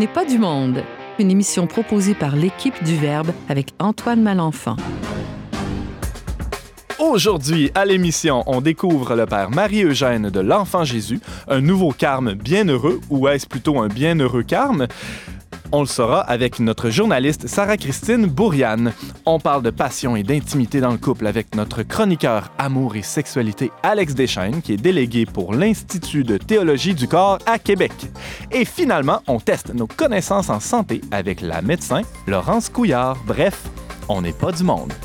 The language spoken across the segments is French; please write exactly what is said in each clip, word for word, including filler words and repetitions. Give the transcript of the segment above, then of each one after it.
n'est pas du monde, une émission proposée par l'équipe du Verbe avec Antoine Malenfant. Aujourd'hui, à l'émission, on découvre le père Marie-Eugène de l'Enfant Jésus, un nouveau carme bienheureux, ou est-ce plutôt un bienheureux carme? On le saura avec notre journaliste Sarah-Christine Bourriane. On parle de passion et d'intimité dans le couple avec notre chroniqueur amour et sexualité Alex Deschênes, qui est délégué pour l'Institut de théologie du corps à Québec. Et finalement, on teste nos connaissances en santé avec la médecin Laurence Couillard. Bref, on n'est pas du monde.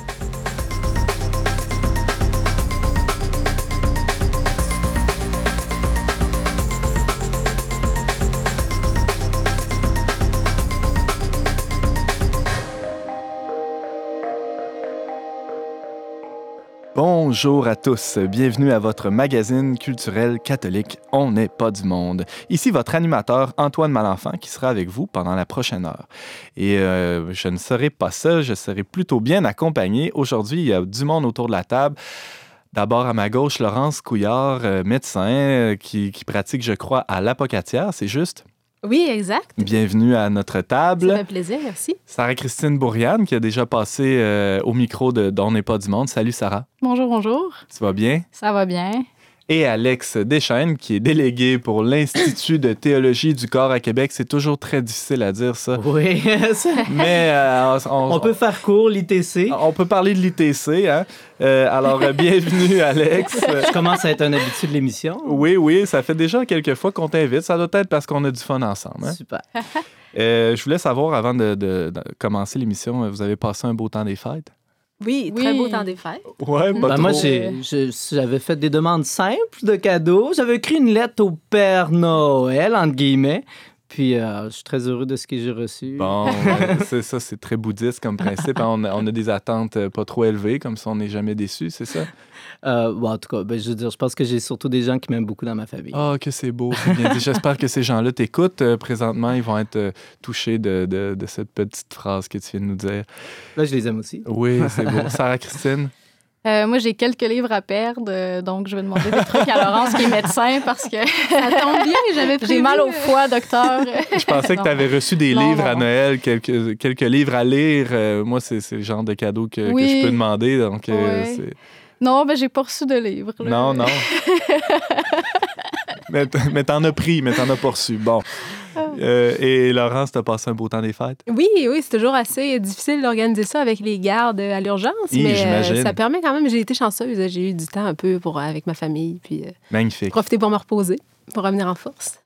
Bonjour à tous, bienvenue à votre magazine culturel catholique On n'est pas du monde. Ici votre animateur Antoine Malenfant qui sera avec vous pendant la prochaine heure. Et euh, je ne serai pas seul, je serai plutôt bien accompagné. Aujourd'hui, il y a du monde autour de la table. D'abord à ma gauche, Laurence Couillard, euh, médecin euh, qui, qui pratique, je crois, à l'Apocatière, c'est juste? Oui, exact. Bienvenue à notre table. Ça fait plaisir, merci. Sarah-Christine Bourriane, qui a déjà passé euh, au micro de d'On n'est pas du monde. Salut, Sarah. Bonjour, bonjour. Tu vas bien? Ça va bien. Et Alex Deschênes, qui est délégué pour l'Institut de théologie du corps à Québec. C'est toujours très difficile à dire, ça. Oui. Mais euh, on, on peut faire court, l'I T C. On peut parler de l'I T C, hein? Euh, alors, euh, bienvenue, Alex. Je commence à être un habitué de l'émission. Oui, oui, ça fait déjà quelques fois qu'on t'invite. Ça doit être parce qu'on a du fun ensemble. Hein? Super. Euh, je voulais savoir, avant de, de, de commencer l'émission, vous avez passé un beau temps des fêtes? Oui, très oui. beau temps des fêtes. Ouais, pas ben trop. Moi, j'ai, j'ai, j'avais fait des demandes simples de cadeaux. J'avais écrit une lettre au Père Noël, entre guillemets. Puis, euh, je suis très heureux de ce que j'ai reçu. Bon, euh, c'est ça, c'est très bouddhiste comme principe. On a, on a des attentes pas trop élevées, comme ça, on n'est jamais déçu, c'est ça? Euh, bon, en tout cas, ben, je veux dire, je pense que j'ai surtout des gens qui m'aiment beaucoup dans ma famille. Ah, oh, que c'est beau, c'est bien dit. J'espère que ces gens-là t'écoutent. Euh, présentement, ils vont être euh, touchés de, de, de cette petite phrase que tu viens de nous dire. Là, je les aime aussi. Oui, c'est beau. Sarah-Christine? Euh, moi, j'ai quelques livres à perdre, euh, donc je vais demander des trucs à Laurence qui est médecin parce que ça tombe bien, j'avais prévu. J'ai mal au foie, docteur. Je pensais que tu avais reçu des non, livres non. à Noël, quelques, quelques livres à lire. Euh, moi, c'est, c'est le genre de cadeau que, oui. que je peux demander, donc euh, oui. c'est... Non, ben j'ai pas reçu de livres. Là. Non, non. mais, mais t'en as pris, mais t'en as pas reçu. Bon. Euh, et Laurence, t'as passé un beau temps des fêtes? Oui, oui, c'est toujours assez difficile d'organiser ça avec les gardes à l'urgence, oui, mais j'imagine. Euh, ça permet quand même, j'ai été chanceuse, j'ai eu du temps un peu pour, avec ma famille, puis euh, magnifique. Profiter pour me reposer, pour revenir en force.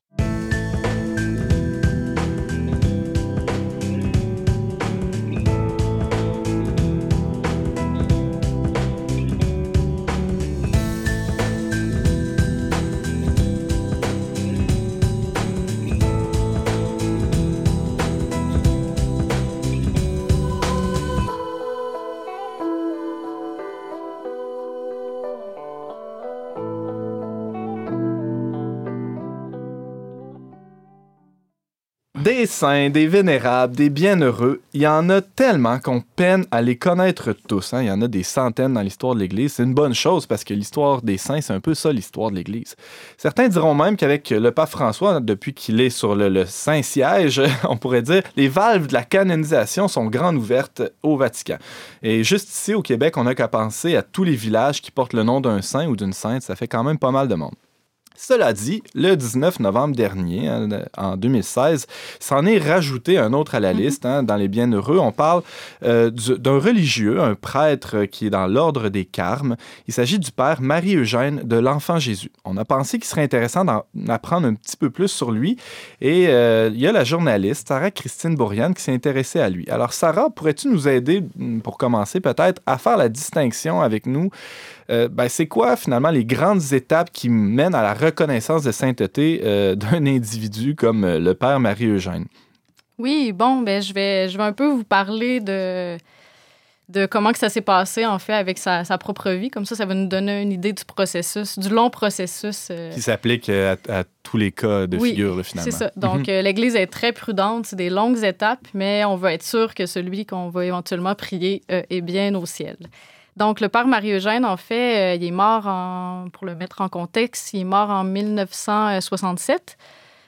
Des saints, des vénérables, des bienheureux, il y en a tellement qu'on peine à les connaître tous. Hein? Il y en a des centaines dans l'histoire de l'Église. C'est une bonne chose parce que l'histoire des saints, c'est un peu ça, l'histoire de l'Église. Certains diront même qu'avec le pape François, depuis qu'il est sur le, le Saint-Siège, on pourrait dire, les valves de la canonisation sont grandes ouvertes au Vatican. Et juste ici, au Québec, on n'a qu'à penser à tous les villages qui portent le nom d'un saint ou d'une sainte. Ça fait quand même pas mal de monde. Cela dit, le dix-neuf novembre dernier, en deux mille seize, s'en est rajouté un autre à la liste. Hein, dans les bienheureux, on parle euh, du, d'un religieux, un prêtre qui est dans l'ordre des Carmes. Il s'agit du père Marie-Eugène de l'Enfant Jésus. On a pensé qu'il serait intéressant d'en apprendre un petit peu plus sur lui. Et euh, il y a la journaliste Sarah-Christine Bourriane qui s'est intéressée à lui. Alors, Sarah, pourrais-tu nous aider, pour commencer peut-être, à faire la distinction avec nous? Euh, ben, c'est quoi, finalement, les grandes étapes qui mènent à la reconnaissance de sainteté euh, d'un individu comme euh, le père Marie-Eugène? Oui, bon, ben, je vais, je vais un peu vous parler de, de comment que ça s'est passé, en fait, avec sa, sa propre vie. Comme ça, ça va nous donner une idée du processus, du long processus. Euh... Qui s'applique à, à tous les cas de oui, figure, là, finalement. C'est ça. Donc, mm-hmm. euh, l'Église est très prudente. C'est des longues étapes, mais on veut être sûr que celui qu'on va éventuellement prier euh, est bien au ciel. Donc, le père Marie-Eugène, en fait, euh, il est mort, en, pour le mettre en contexte, il est mort en mille neuf cent soixante-sept.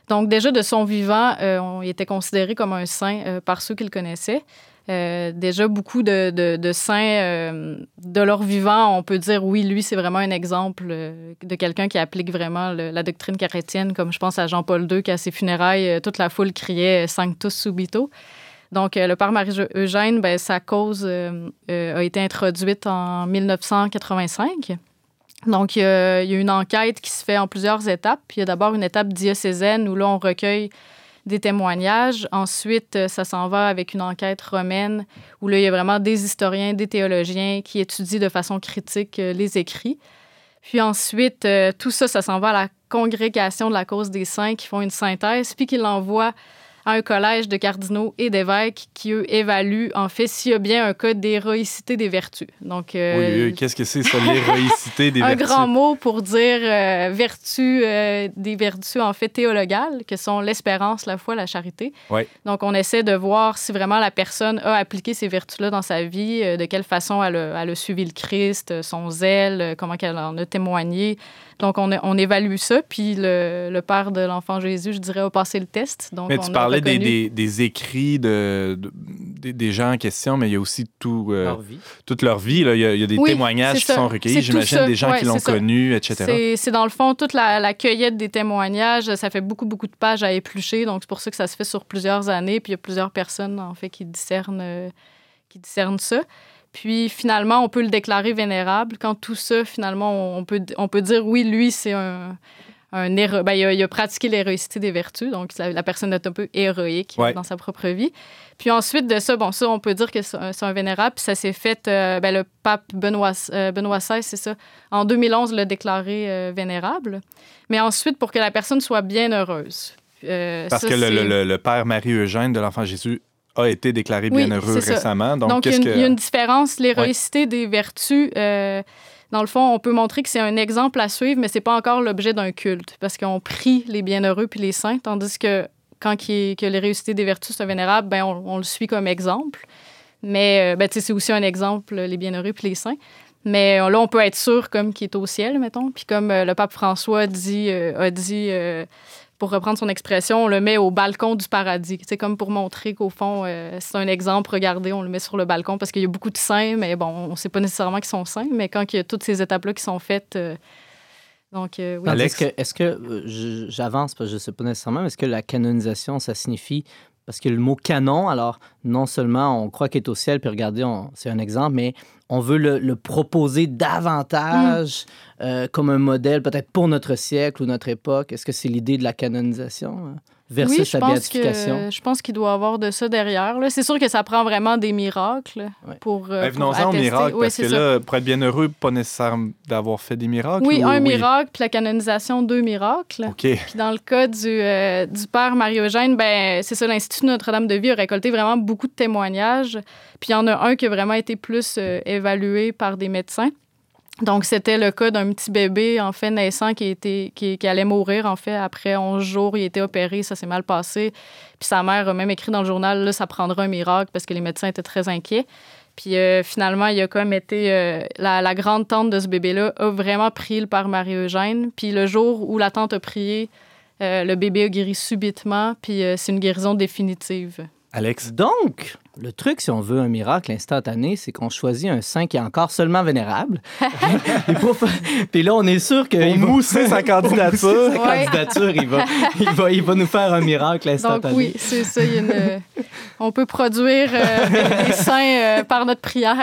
Donc, déjà, de son vivant, euh, on, il était considéré comme un saint euh, par ceux qui le connaissaient. Euh, déjà, beaucoup de, de, de saints, euh, de leur vivant, on peut dire, oui, lui, c'est vraiment un exemple euh, de quelqu'un qui applique vraiment le, la doctrine chrétienne, comme je pense à Jean-Paul deux, qui à ses funérailles, euh, toute la foule criait « Sanctus subito ». Donc, euh, le père Marie-Eugène, ben, sa cause euh, euh, a été introduite en dix-neuf cent quatre-vingt-cinq. Donc, euh, il y a une enquête qui se fait en plusieurs étapes. Il y a d'abord une étape diocésaine où là, on recueille des témoignages. Ensuite, ça s'en va avec une enquête romaine où là, il y a vraiment des historiens, des théologiens qui étudient de façon critique euh, les écrits. Puis ensuite, euh, tout ça, ça s'en va à la congrégation de la cause des saints qui font une synthèse puis qui l'envoient à un collège de cardinaux et d'évêques qui, eux, évaluent, en fait, s'il y a bien un cas d'héroïcité des vertus. Donc, euh, oui, oui, qu'est-ce que c'est, ça, l'héroïcité des un vertus? Un grand mot pour dire euh, vertus, euh, des vertus, en fait, théologales, que sont l'espérance, la foi, la charité. Oui. Donc, on essaie de voir si vraiment la personne a appliqué ces vertus-là dans sa vie, euh, de quelle façon elle a, elle a suivi le Christ, son zèle, euh, comment elle en a témoigné. Donc, on, on évalue ça. Puis, le, le père de l'enfant Jésus, je dirais, a passé le test. Donc, mais on tu a parlais des, reconnu... des, des écrits de, de, des, des gens en question, mais il y a aussi tout, euh, Leur vie. toute leur vie. Là. Il, y a, il y a des oui, témoignages qui ça. sont recueillis. C'est J'imagine des gens ouais, qui l'ont connu, et cetera. C'est, c'est dans le fond toute la, la cueillette des témoignages. Ça fait beaucoup, beaucoup de pages à éplucher. Donc, c'est pour ça que ça se fait sur plusieurs années. Puis, il y a plusieurs personnes, en fait, qui discernent, euh, qui discernent ça. Puis, finalement, on peut le déclarer vénérable. Quand tout ça, finalement, on peut, on peut dire, oui, lui, c'est un... un héros. Ben, il, a, il a pratiqué l'héroïcité des vertus. Donc, la, la personne est un peu héroïque ouais. dans sa propre vie. Puis ensuite de ça, bon, ça, on peut dire que c'est un, c'est un vénérable. Puis ça s'est fait... Euh, ben, le pape Benoît, euh, Benoît seize, c'est ça. En deux mille onze, l'a déclaré euh, vénérable. Mais ensuite, pour que la personne soit bien heureuse. Euh, Parce ça, que le, c'est... le, le père Marie-Eugène de l'Enfant Jésus a été déclaré oui, bienheureux récemment. Donc, Donc qu'est-ce il y, que... y a une différence. L'héroïcité ouais. des vertus, euh, dans le fond, on peut montrer que c'est un exemple à suivre, mais c'est pas encore l'objet d'un culte, parce qu'on prie les bienheureux puis les saints, tandis que quand il est, que l'héroïcité des vertus est vénérable, ben on, on le suit comme exemple. Mais euh, ben, c'est aussi un exemple, les bienheureux puis les saints. Mais là, on peut être sûr comme qu'il est au ciel, mettons. Puis comme euh, le pape François dit, euh, a dit... Euh, pour reprendre son expression, on le met au balcon du paradis. C'est comme pour montrer qu'au fond, euh, c'est un exemple. Regardez, on le met sur le balcon parce qu'il y a beaucoup de saints, mais bon, on ne sait pas nécessairement qu'ils sont saints, mais quand il y a toutes ces étapes-là qui sont faites... Euh, donc, euh, oui. Alex, est-ce que, est-ce que euh, j'avance, parce que je ne sais pas nécessairement, mais est-ce que la canonisation, ça signifie... Parce que le mot canon, alors, non seulement on croit qu'il est au ciel, puis regardez, on, c'est un exemple, mais on veut le, le proposer davantage mm. euh, comme un modèle, peut-être pour notre siècle ou notre époque. Est-ce que c'est l'idée de la canonisation hein, versus oui, je la pense béatification? Que, je pense qu'il doit y avoir de ça derrière. Là. C'est sûr que ça prend vraiment des miracles ouais. pour, euh, ben, pour venons-en attester. aux miracles, oui, parce que ça. là, pour être bienheureux, pas nécessaire d'avoir fait des miracles? Oui, ou... un oui. miracle, puis la canonisation, deux miracles. OK. Puis dans le cas du, euh, du père Marie-Eugène, ben, c'est ça, l'Institut Notre-Dame-de-Vie a récolté vraiment beaucoup de témoignages. Puis il y en a un qui a vraiment été plus euh, évalué par des médecins. Donc, c'était le cas d'un petit bébé, en fait, naissant qui, était, qui, qui allait mourir, en fait. Après onze jours, il a été opéré, ça s'est mal passé. Puis sa mère a même écrit dans le journal, là, ça prendra un miracle parce que les médecins étaient très inquiets. Puis euh, finalement, il a comme été... Euh, la, la grande tante de ce bébé-là a vraiment prié le père Marie-Eugène. Puis le jour où la tante a prié, euh, le bébé a guéri subitement. Puis euh, c'est une guérison définitive. Alex? Donc, le truc, si on veut un miracle instantané, c'est qu'on choisit un saint qui est encore seulement vénérable. Et pour... Puis là, on est sûr que... Pour mousser sa candidature. sa ouais. candidature, il va, il, va, il va nous faire un miracle instantané. Donc oui, c'est ça. Il y a une... On peut produire euh, des, des saints euh, par notre prière.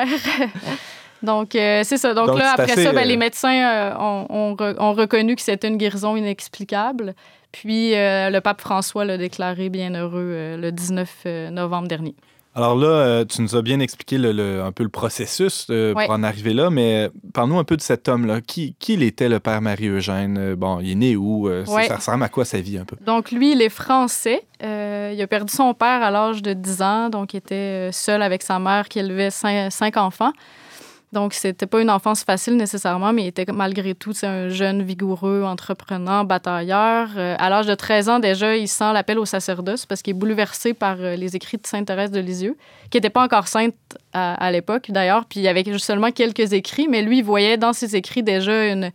Donc, euh, c'est ça. Donc, Donc là, après assez, ça, ben, euh... les médecins euh, ont, ont, re, ont reconnu que c'était une guérison inexplicable. Puis, euh, le pape François l'a déclaré bienheureux euh, le dix-neuf novembre dernier. Alors là, euh, tu nous as bien expliqué le, le, un peu le processus euh, ouais. pour en arriver là, mais parle-nous un peu de cet homme-là. Qui, qui il était, le père Marie-Eugène? Euh, bon, il est né où? Euh, ouais. Ça ressemble à quoi sa vie un peu? Donc, lui, il est français. Euh, il a perdu son père à l'âge de dix ans, donc il était seul avec sa mère qui élevait cinq, cinq enfants. Donc, c'était pas une enfance facile nécessairement, mais il était malgré tout un jeune, vigoureux, entreprenant, batailleur. Euh, à l'âge de treize ans, déjà, il sent l'appel au sacerdoce parce qu'il est bouleversé par euh, les écrits de Sainte Thérèse de Lisieux, qui n'était pas encore sainte à, à l'époque, d'ailleurs. Puis il y avait seulement quelques écrits, mais lui, il voyait dans ses écrits déjà une...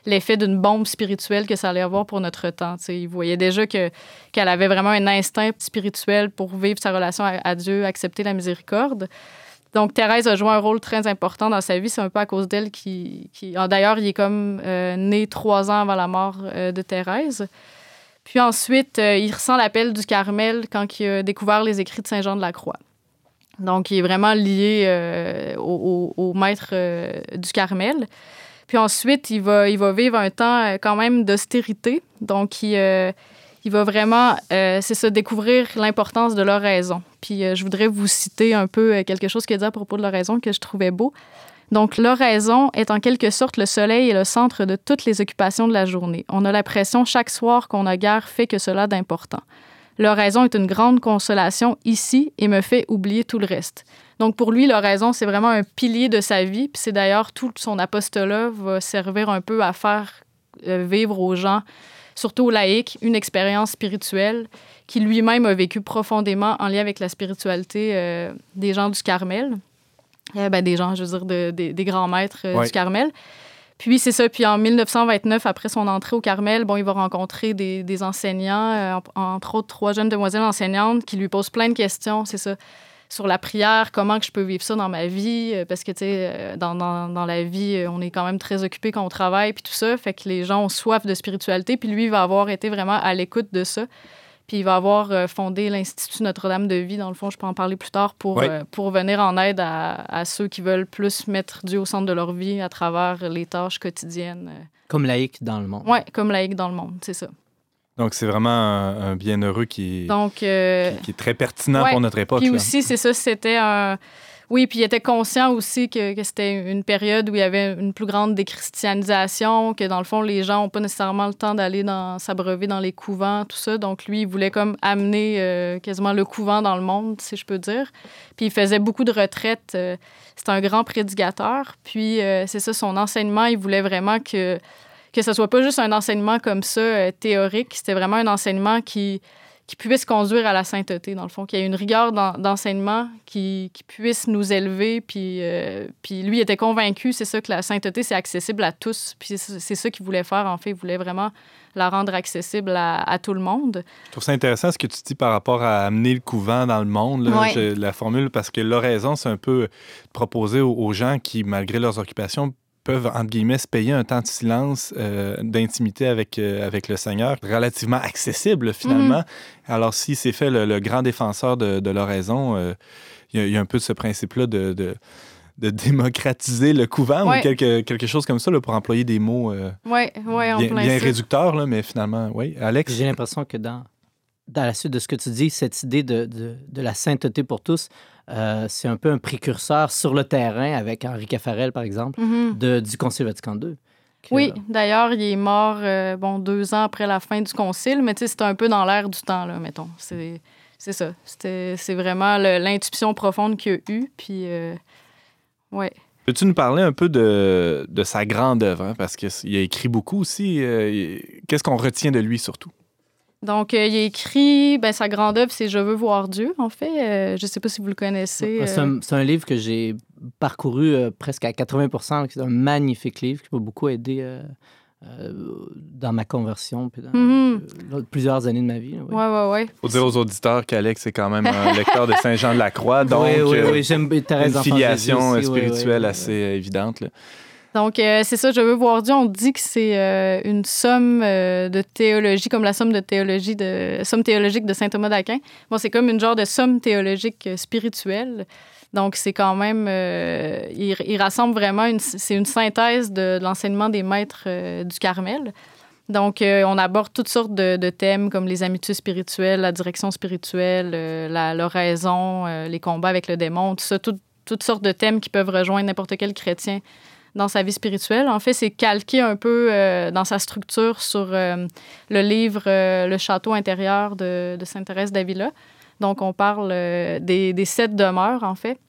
l'effet d'une bombe spirituelle que ça allait avoir pour notre temps. T'sais, il voyait déjà que, qu'elle avait vraiment un instinct spirituel pour vivre sa relation à, à Dieu, accepter la miséricorde. Donc, Thérèse a joué un rôle très important dans sa vie. C'est un peu à cause d'elle qui... qui... Ah, d'ailleurs, il est comme euh, né trois ans avant la mort euh, de Thérèse. Puis ensuite, euh, il ressent l'appel du Carmel quand il a découvert les écrits de Saint Jean de la Croix. Donc, il est vraiment lié euh, au, au, au maître euh, du Carmel. Puis ensuite, il va, il va vivre un temps euh, quand même d'austérité. Donc, il, euh, il va vraiment, euh, c'est ça, découvrir l'importance de l'oraison. Puis euh, je voudrais vous citer un peu euh, quelque chose qu'il a dit à propos de l'oraison que je trouvais beau. Donc, l'oraison est en quelque sorte le soleil et le centre de toutes les occupations de la journée. On a l'impression chaque soir qu'on n'a guère fait que cela d'important. L'oraison est une grande consolation ici et me fait oublier tout le reste. Donc, pour lui, l'oraison, c'est vraiment un pilier de sa vie. Puis c'est d'ailleurs tout son apostolat va servir un peu à faire euh, vivre aux gens, surtout aux laïcs, une expérience spirituelle qu'il lui-même a vécue profondément en lien avec la spiritualité euh, des gens du Carmel. Euh, ben, des gens, je veux dire, de, de, des grands maîtres euh, ouais. du Carmel. Puis c'est ça. Puis en dix-neuf cent vingt-neuf, après son entrée au Carmel, bon, il va rencontrer des, des enseignants, euh, entre autres trois jeunes demoiselles enseignantes qui lui posent plein de questions, c'est ça, sur la prière, comment que je peux vivre ça dans ma vie, euh, parce que, tu sais, dans, dans, dans la vie, on est quand même très occupé quand on travaille, puis tout ça, fait que les gens ont soif de spiritualité, puis lui, il va avoir été vraiment à l'écoute de ça. Puis il va avoir fondé l'Institut Notre-Dame de Vie. Dans le fond, je peux en parler plus tard pour, oui. euh, pour venir en aide à, à ceux qui veulent plus mettre Dieu au centre de leur vie à travers les tâches quotidiennes. Comme laïque dans le monde. Oui, comme laïque dans le monde, c'est ça. Donc, c'est vraiment un, un bienheureux qui, Donc, euh, qui, qui est très pertinent ouais, pour notre époque. Puis là. aussi, c'est ça, c'était un... Oui, puis il était conscient aussi que, que c'était une période où il y avait une plus grande déchristianisation, que dans le fond, les gens n'ont pas nécessairement le temps d'aller dans, s'abreuver dans les couvents, tout ça. Donc lui, il voulait comme amener euh, quasiment le couvent dans le monde, si je peux dire. Puis il faisait beaucoup de retraites. Euh, c'était un grand prédicateur. Puis euh, c'est ça, son enseignement, il voulait vraiment que, que ce soit pas juste un enseignement comme ça, euh, théorique. C'était vraiment un enseignement qui... qui puisse conduire à la sainteté, dans le fond, qu'il y ait une rigueur dans, d'enseignement qui, qui puisse nous élever. Puis, euh, puis lui, il était convaincu, c'est ça, que la sainteté, c'est accessible à tous. Puis c'est, c'est ça qu'il voulait faire, en fait. Il voulait vraiment la rendre accessible à, à tout le monde. Je trouve ça intéressant ce que tu dis par rapport à amener le couvent dans le monde, là, ouais. je, la formule, parce que l'oraison, c'est un peu proposer aux, aux gens qui, malgré leurs occupations, peuvent, entre guillemets, se payer un temps de silence, euh, d'intimité avec, euh, avec le Seigneur, relativement accessible, finalement. Mm-hmm. Alors, si c'est fait le, le grand défenseur de, de l'oraison, il euh, y, y a un peu de ce principe-là de, de, de démocratiser le couvent ouais. ou quelque, quelque chose comme ça, là, pour employer des mots euh, ouais, ouais, bien, bien réducteurs, là, mais finalement, oui. Alex? J'ai l'impression que dans, dans la suite de ce que tu dis, cette idée de, de, de la sainteté pour tous, Euh, c'est un peu un précurseur sur le terrain, avec Henri Caffarel, par exemple, mm-hmm. de, du Concile Vatican deux. Que... Oui, d'ailleurs, il est mort euh, bon, deux ans après la fin du Concile, mais tu sais, c'était un peu dans l'air du temps, là, mettons. C'est, c'est ça. C'était, c'est vraiment le, l'intuition profonde qu'il a eue, puis euh, ouais. Peux-tu nous parler un peu de, de sa grande œuvre, hein? Parce qu'il a écrit beaucoup aussi. Euh, qu'est-ce qu'on retient de lui, surtout? Donc, euh, il a écrit, ben, sa grande œuvre, c'est « Je veux voir Dieu », en fait. Euh, je ne sais pas si vous le connaissez. Euh... C'est, un, c'est un livre que j'ai parcouru euh, presque à quatre-vingts pour cent. C'est un magnifique livre qui m'a beaucoup aidé euh, euh, dans ma conversion puis dans mm-hmm. euh, plusieurs années de ma vie. Oui, oui, oui. Ouais. Il faut dire aux auditeurs qu'Alex est quand même un lecteur de Saint-Jean-de-la-Croix, donc oui, oui, euh, oui. J'aime, une filiation aussi, spirituelle oui, oui, assez oui. évidente, là. Donc, euh, c'est ça, « Je veux voir Dieu ». On dit que c'est euh, une somme euh, de théologie, comme la somme de théologie de somme théologique de saint Thomas d'Aquin. Bon, c'est comme une genre de somme théologique euh, spirituelle. Donc, c'est quand même... Euh, il, il rassemble vraiment... Une, c'est une synthèse de, de l'enseignement des maîtres euh, du Carmel. Donc, euh, on aborde toutes sortes de, de thèmes comme les amitiés spirituelles, la direction spirituelle, euh, la, l'oraison, euh, les combats avec le démon, tout ça, tout, toutes sortes de thèmes qui peuvent rejoindre n'importe quel chrétien dans sa vie spirituelle. En fait, c'est calqué un peu euh, dans sa structure sur euh, le livre euh, « Le château intérieur » de, de Sainte Thérèse d'Avila. Donc, on parle euh, des, des sept demeures, en fait.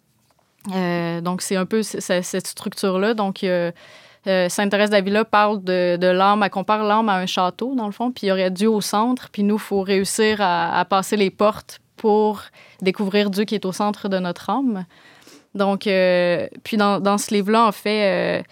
Euh, donc, c'est un peu c- c- cette structure-là. Donc, euh, euh, Sainte Thérèse d'Avila parle de, de l'âme, elle compare l'âme à un château, dans le fond, puis il y aurait Dieu au centre, puis nous, il faut réussir à, à passer les portes pour découvrir Dieu qui est au centre de notre âme. Donc, euh, puis dans, dans ce livre-là, en fait, euh,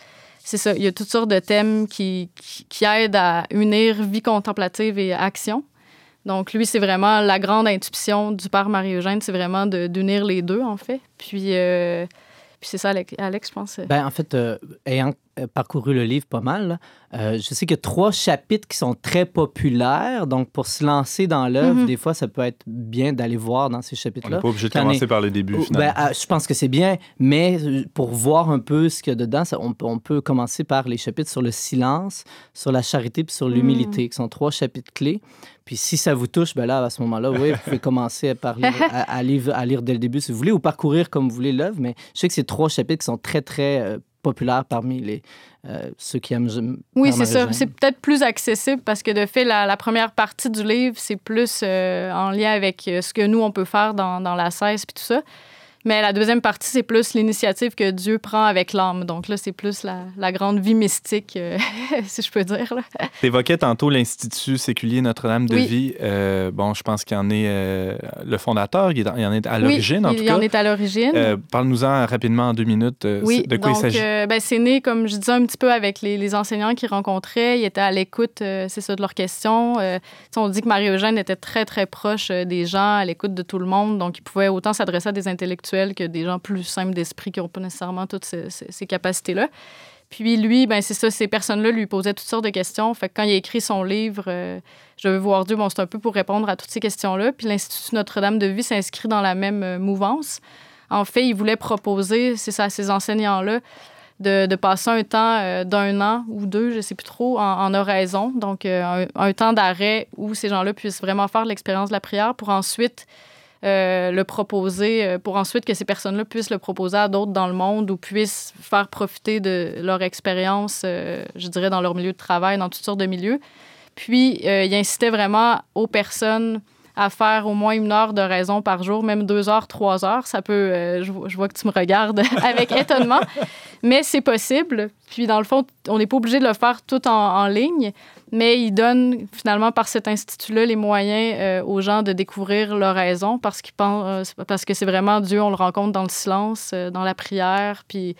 c'est ça, il y a toutes sortes de thèmes qui, qui, qui aident à unir vie contemplative et action. Donc, lui, c'est vraiment la grande intuition du père Marie-Eugène, c'est vraiment de, d'unir les deux, en fait. Puis, euh, puis c'est ça, Alex, Alex je pense. Ben, en fait, euh, ayant parcouru le livre pas mal, euh, je sais qu'il y a trois chapitres qui sont très populaires. Donc, pour se lancer dans l'œuvre, mm-hmm. des fois, ça peut être bien d'aller voir dans ces chapitres-là. On n'est pas obligé de commencer est... par le début, finalement. Ben, euh, je pense que c'est bien, mais pour voir un peu ce qu'il y a dedans, ça, on, on peut commencer par les chapitres sur le silence, sur la charité puis sur l'humilité, mm. qui sont trois chapitres clés. Puis si ça vous touche, ben là, à ce moment-là, oui, vous pouvez commencer à, lire, à, à, lire, à lire dès le début si vous voulez, ou parcourir comme vous voulez l'œuvre. Mais je sais que c'est trois chapitres qui sont très, très euh, populaires parmi les, euh, ceux qui aiment. Oui, c'est ça. C'est peut-être plus accessible parce que, de fait, la, la première partie du livre, c'est plus euh, en lien avec ce que nous, on peut faire dans, dans la cesse puis tout ça. Mais la deuxième partie, c'est plus l'initiative que Dieu prend avec l'âme. Donc là, c'est plus la, la grande vie mystique, euh, si je peux dire. Tu évoquais tantôt l'Institut séculier Notre-Dame de oui. Vie. Euh, bon, je pense qu'il en est euh, le fondateur, il, est, il en est à l'origine, oui, en tout il cas. Il en est à l'origine. Euh, parle-nous-en rapidement en deux minutes. Euh, oui, de quoi donc, il s'agit? Euh, ben, c'est né, comme je disais, un petit peu avec les, les enseignants qu'ils rencontraient. Ils étaient à l'écoute, euh, c'est ça, de leurs questions. Euh, on dit que Marie-Eugène était très, très proche des gens, à l'écoute de tout le monde. Donc, il pouvait autant s'adresser à des intellectuels que des gens plus simples d'esprit qui n'ont pas nécessairement toutes ces, ces, ces capacités-là. Puis lui, ben c'est ça, ces personnes-là lui posaient toutes sortes de questions. Fait que quand il a écrit son livre euh, « Je veux voir Dieu », bon, c'est un peu pour répondre à toutes ces questions-là. Puis l'Institut Notre-Dame de Vie s'inscrit dans la même euh, mouvance. En fait, il voulait proposer, c'est ça, à ces enseignants-là, de, de passer un temps euh, d'un an ou deux, je ne sais plus trop, en, en oraison. Donc, euh, un, un temps d'arrêt où ces gens-là puissent vraiment faire l'expérience de la prière pour ensuite Euh, le proposer, euh, pour ensuite que ces personnes-là puissent le proposer à d'autres dans le monde ou puissent faire profiter de leur expérience, euh, je dirais, dans leur milieu de travail, dans toutes sortes de milieux. Puis, euh, il incitait vraiment aux personnes à faire au moins une heure de raison par jour, même deux heures, trois heures. Ça peut... Euh, je, je vois que tu me regardes avec étonnement, mais c'est possible. Puis, dans le fond, on n'est pas obligé de le faire tout en, en ligne, mais il donne, finalement, par cet institut-là, les moyens euh, aux gens de découvrir leur raison parce, qu'ils pensent, euh, parce que c'est vraiment Dieu, on le rencontre dans le silence, euh, dans la prière, puis...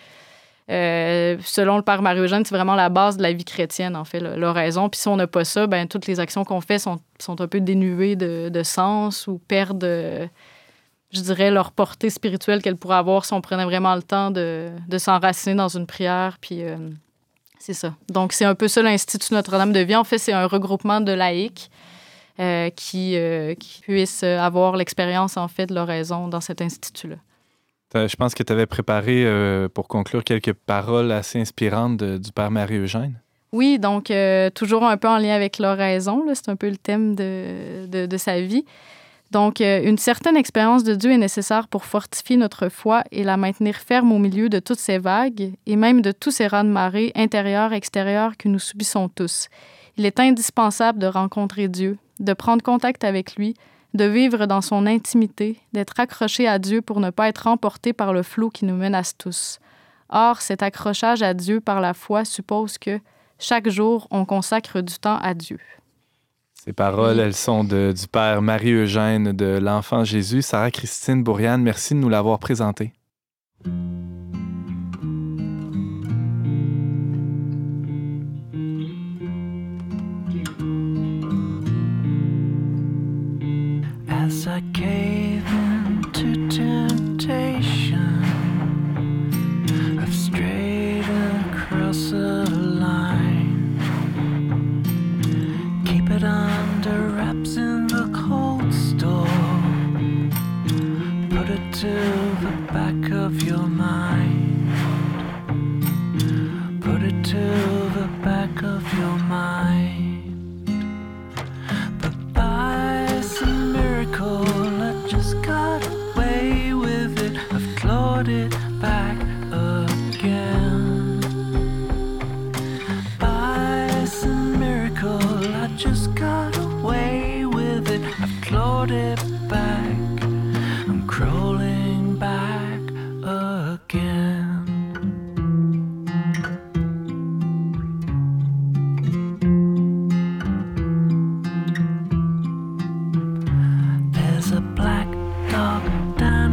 Euh, selon le père Marie-Eugène, c'est vraiment la base de la vie chrétienne, en fait, l'oraison. Puis si on n'a pas ça, ben toutes les actions qu'on fait sont, sont un peu dénuées de, de sens ou perdent, euh, je dirais, leur portée spirituelle qu'elles pourraient avoir si on prenait vraiment le temps de, de s'enraciner dans une prière. Puis euh, c'est ça. Donc, c'est un peu ça l'Institut Notre-Dame de Vie. En fait, c'est un regroupement de laïcs euh, qui, euh, qui puissent avoir l'expérience, en fait, de l'oraison dans cet institut-là. Je pense que tu avais préparé, euh, pour conclure, quelques paroles assez inspirantes de, du père Marie-Eugène. Oui, donc euh, toujours un peu en lien avec l'oraison, là, c'est un peu le thème de, de, de sa vie. Donc, euh, une certaine expérience de Dieu est nécessaire pour fortifier notre foi et la maintenir ferme au milieu de toutes ces vagues et même de tous ces raz-de-marée intérieurs et extérieurs que nous subissons tous. Il est indispensable de rencontrer Dieu, de prendre contact avec lui, de vivre dans son intimité, d'être accroché à Dieu pour ne pas être emporté par le flot qui nous menace tous. Or, cet accrochage à Dieu par la foi suppose que, chaque jour, on consacre du temps à Dieu. Ces paroles, elles sont de, du père Marie-Eugène de l'Enfant Jésus. Sarah-Christine Bourriane, merci de nous l'avoir présenté. As I cave into temptation, I've strayed across a line. Keep it under wraps in the cold store. Put it to the back of your mind. Put it to the back of your mind. I just got away with it. I've clawed it back again. By some miracle, I just got away with it. I've clawed it back. I'm crawling back again.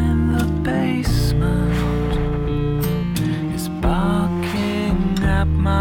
My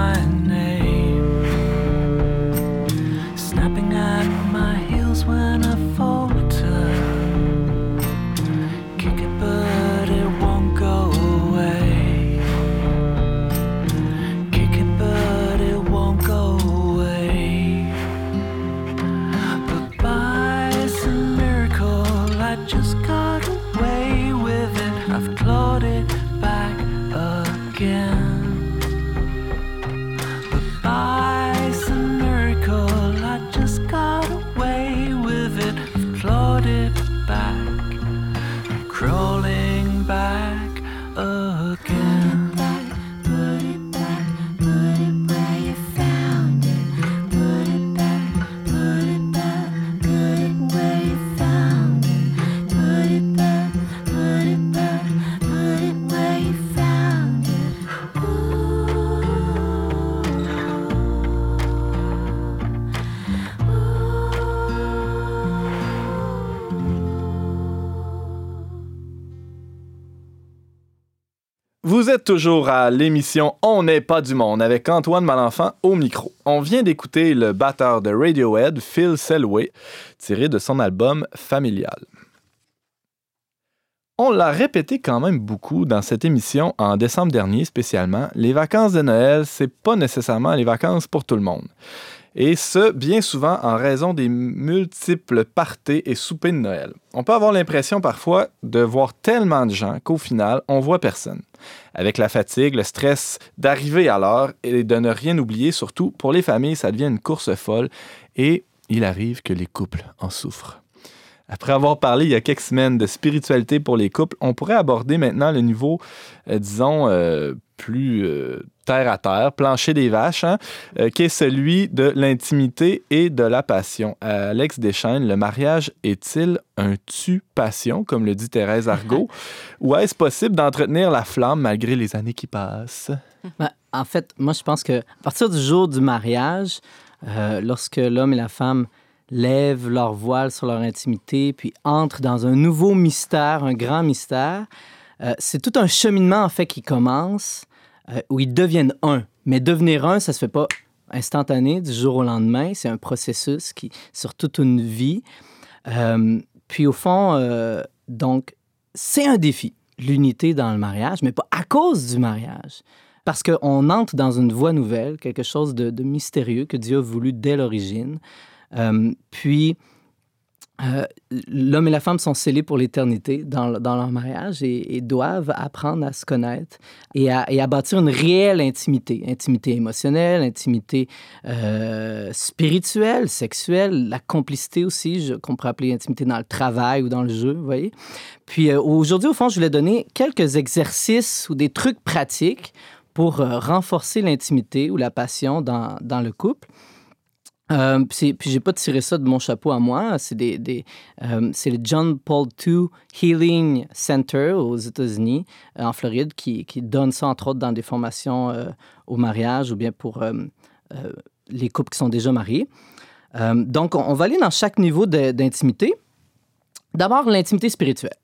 Vous êtes toujours à l'émission On n'est pas du monde avec Antoine Malenfant au micro. On vient d'écouter le batteur de Radiohead, Phil Selway, tiré de son album Familial. On l'a répété quand même beaucoup dans cette émission en décembre dernier spécialement. Les vacances de Noël, c'est pas nécessairement les vacances pour tout le monde. Et ce, bien souvent en raison des multiples parties et soupers de Noël. On peut avoir l'impression parfois de voir tellement de gens qu'au final, on voit personne. Avec la fatigue, le stress d'arriver à l'heure et de ne rien oublier, surtout pour les familles, ça devient une course folle et il arrive que les couples en souffrent. Après avoir parlé il y a quelques semaines de spiritualité pour les couples, on pourrait aborder maintenant le niveau, euh, disons, euh, plus euh, terre à terre, plancher des vaches, hein, euh, qui est celui de l'intimité et de la passion. Alex Deschênes, le mariage est-il un tue-passion, comme le dit Thérèse Argot, ou est-ce possible d'entretenir la flamme malgré les années qui passent? Ben, en fait, moi, je pense qu'à partir du jour du mariage, euh, lorsque l'homme et la femme lèvent leur voile sur leur intimité, puis entrent dans un nouveau mystère, un grand mystère, euh, c'est tout un cheminement, en fait, qui commence, euh, où ils deviennent un. Mais devenir un, ça se fait pas instantané, du jour au lendemain. C'est un processus qui, sur toute une vie. Euh, puis, au fond, euh, donc, c'est un défi, l'unité dans le mariage, mais pas à cause du mariage. Parce qu'on entre dans une voie nouvelle, quelque chose de, de mystérieux que Dieu a voulu dès l'origine. Euh, puis, euh, l'homme et la femme sont scellés pour l'éternité dans, dans leur mariage et, et doivent apprendre à se connaître et à, et à bâtir une réelle intimité. Intimité émotionnelle, intimité euh, spirituelle, sexuelle, la complicité aussi, je, qu'on pourrait appeler intimité dans le travail ou dans le jeu, vous voyez. Puis, euh, aujourd'hui, au fond, je voulais donner quelques exercices ou des trucs pratiques pour euh, renforcer l'intimité ou la passion dans, dans le couple. Euh, puis, puis j'ai pas tiré ça de mon chapeau à moi. C'est, des, des, euh, c'est le John Paul deux Healing Center aux États-Unis, euh, en Floride, qui, qui donne ça, entre autres, dans des formations euh, au mariage ou bien pour euh, euh, les couples qui sont déjà mariés. Euh, donc, on, on va aller dans chaque niveau de, d'intimité. D'abord, l'intimité spirituelle.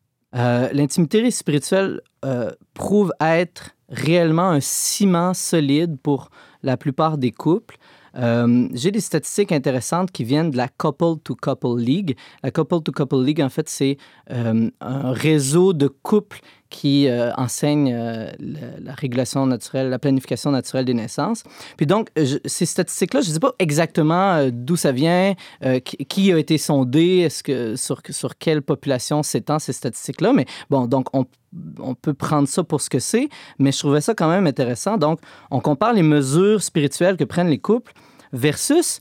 Euh, l'intimité spirituelle euh, prouve être réellement un ciment solide pour la plupart des couples. Euh, j'ai des statistiques intéressantes qui viennent de la Couple to Couple League. La Couple to Couple League, en fait, c'est euh, un réseau de couples qui euh, enseigne euh, la, la régulation naturelle, la planification naturelle des naissances. Puis donc, je, ces statistiques-là, je ne sais pas exactement euh, d'où ça vient, euh, qui, qui a été sondé, est-ce que, sur, sur quelle population s'étend ces statistiques-là. Mais bon, donc, on, on peut prendre ça pour ce que c'est, mais je trouvais ça quand même intéressant. Donc, on compare les mesures spirituelles que prennent les couples versus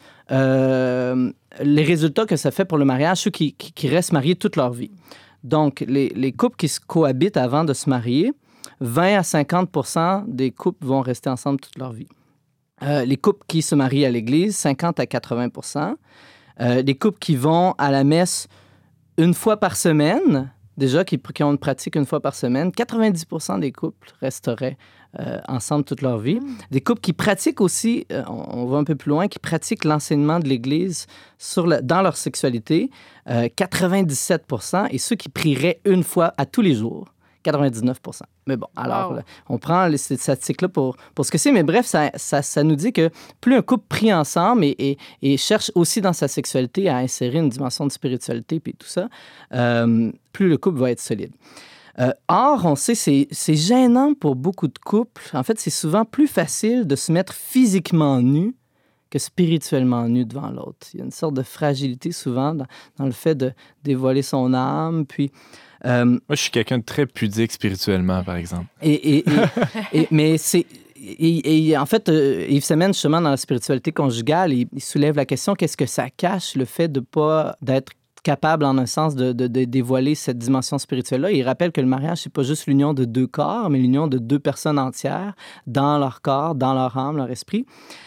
euh, les résultats que ça fait pour le mariage, ceux qui, qui, qui restent mariés toute leur vie. Donc, les, les couples qui se cohabitent avant de se marier, vingt à cinquante pour cent des couples vont rester ensemble toute leur vie. Euh, les couples qui se marient à l'église, cinquante à quatre-vingts pour cent. Euh, les couples qui vont à la messe une fois par semaine, déjà, qui, qui ont une pratique une fois par semaine, quatre-vingt-dix pour cent des couples resteraient euh, ensemble toute leur vie. Mmh. Des couples qui pratiquent aussi, euh, on, on va un peu plus loin, qui pratiquent l'enseignement de l'Église sur la, dans leur sexualité, euh, quatre-vingt-dix-sept pour cent, et ceux qui prieraient une fois à tous les jours, quatre-vingt-dix-neuf pour cent. Mais bon, alors, wow. là, on prend les, ces statistiques-là pour, pour ce que c'est, mais bref, ça, ça, ça nous dit que plus un couple prie ensemble et, et, et cherche aussi dans sa sexualité à insérer une dimension de spiritualité puis tout ça, euh, plus le couple va être solide. Euh, or, on sait, c'est, c'est gênant pour beaucoup de couples. En fait, c'est souvent plus facile de se mettre physiquement nu que spirituellement nu devant l'autre. Il y a une sorte de fragilité souvent dans, dans le fait de dévoiler son âme, puis... Euh, Moi, je suis quelqu'un de très pudique spirituellement, par exemple. Et, et, et, et, mais c'est... Et, et en fait, euh, Yves Semen, justement, dans la spiritualité conjugale, il, il soulève la question, qu'est-ce que ça cache, le fait de pas d'être capable, en un sens, de, de, de dévoiler cette dimension spirituelle-là. Il rappelle que le mariage, c'est pas juste l'union de deux corps, mais l'union de deux personnes entières dans leur corps, dans leur âme, leur esprit.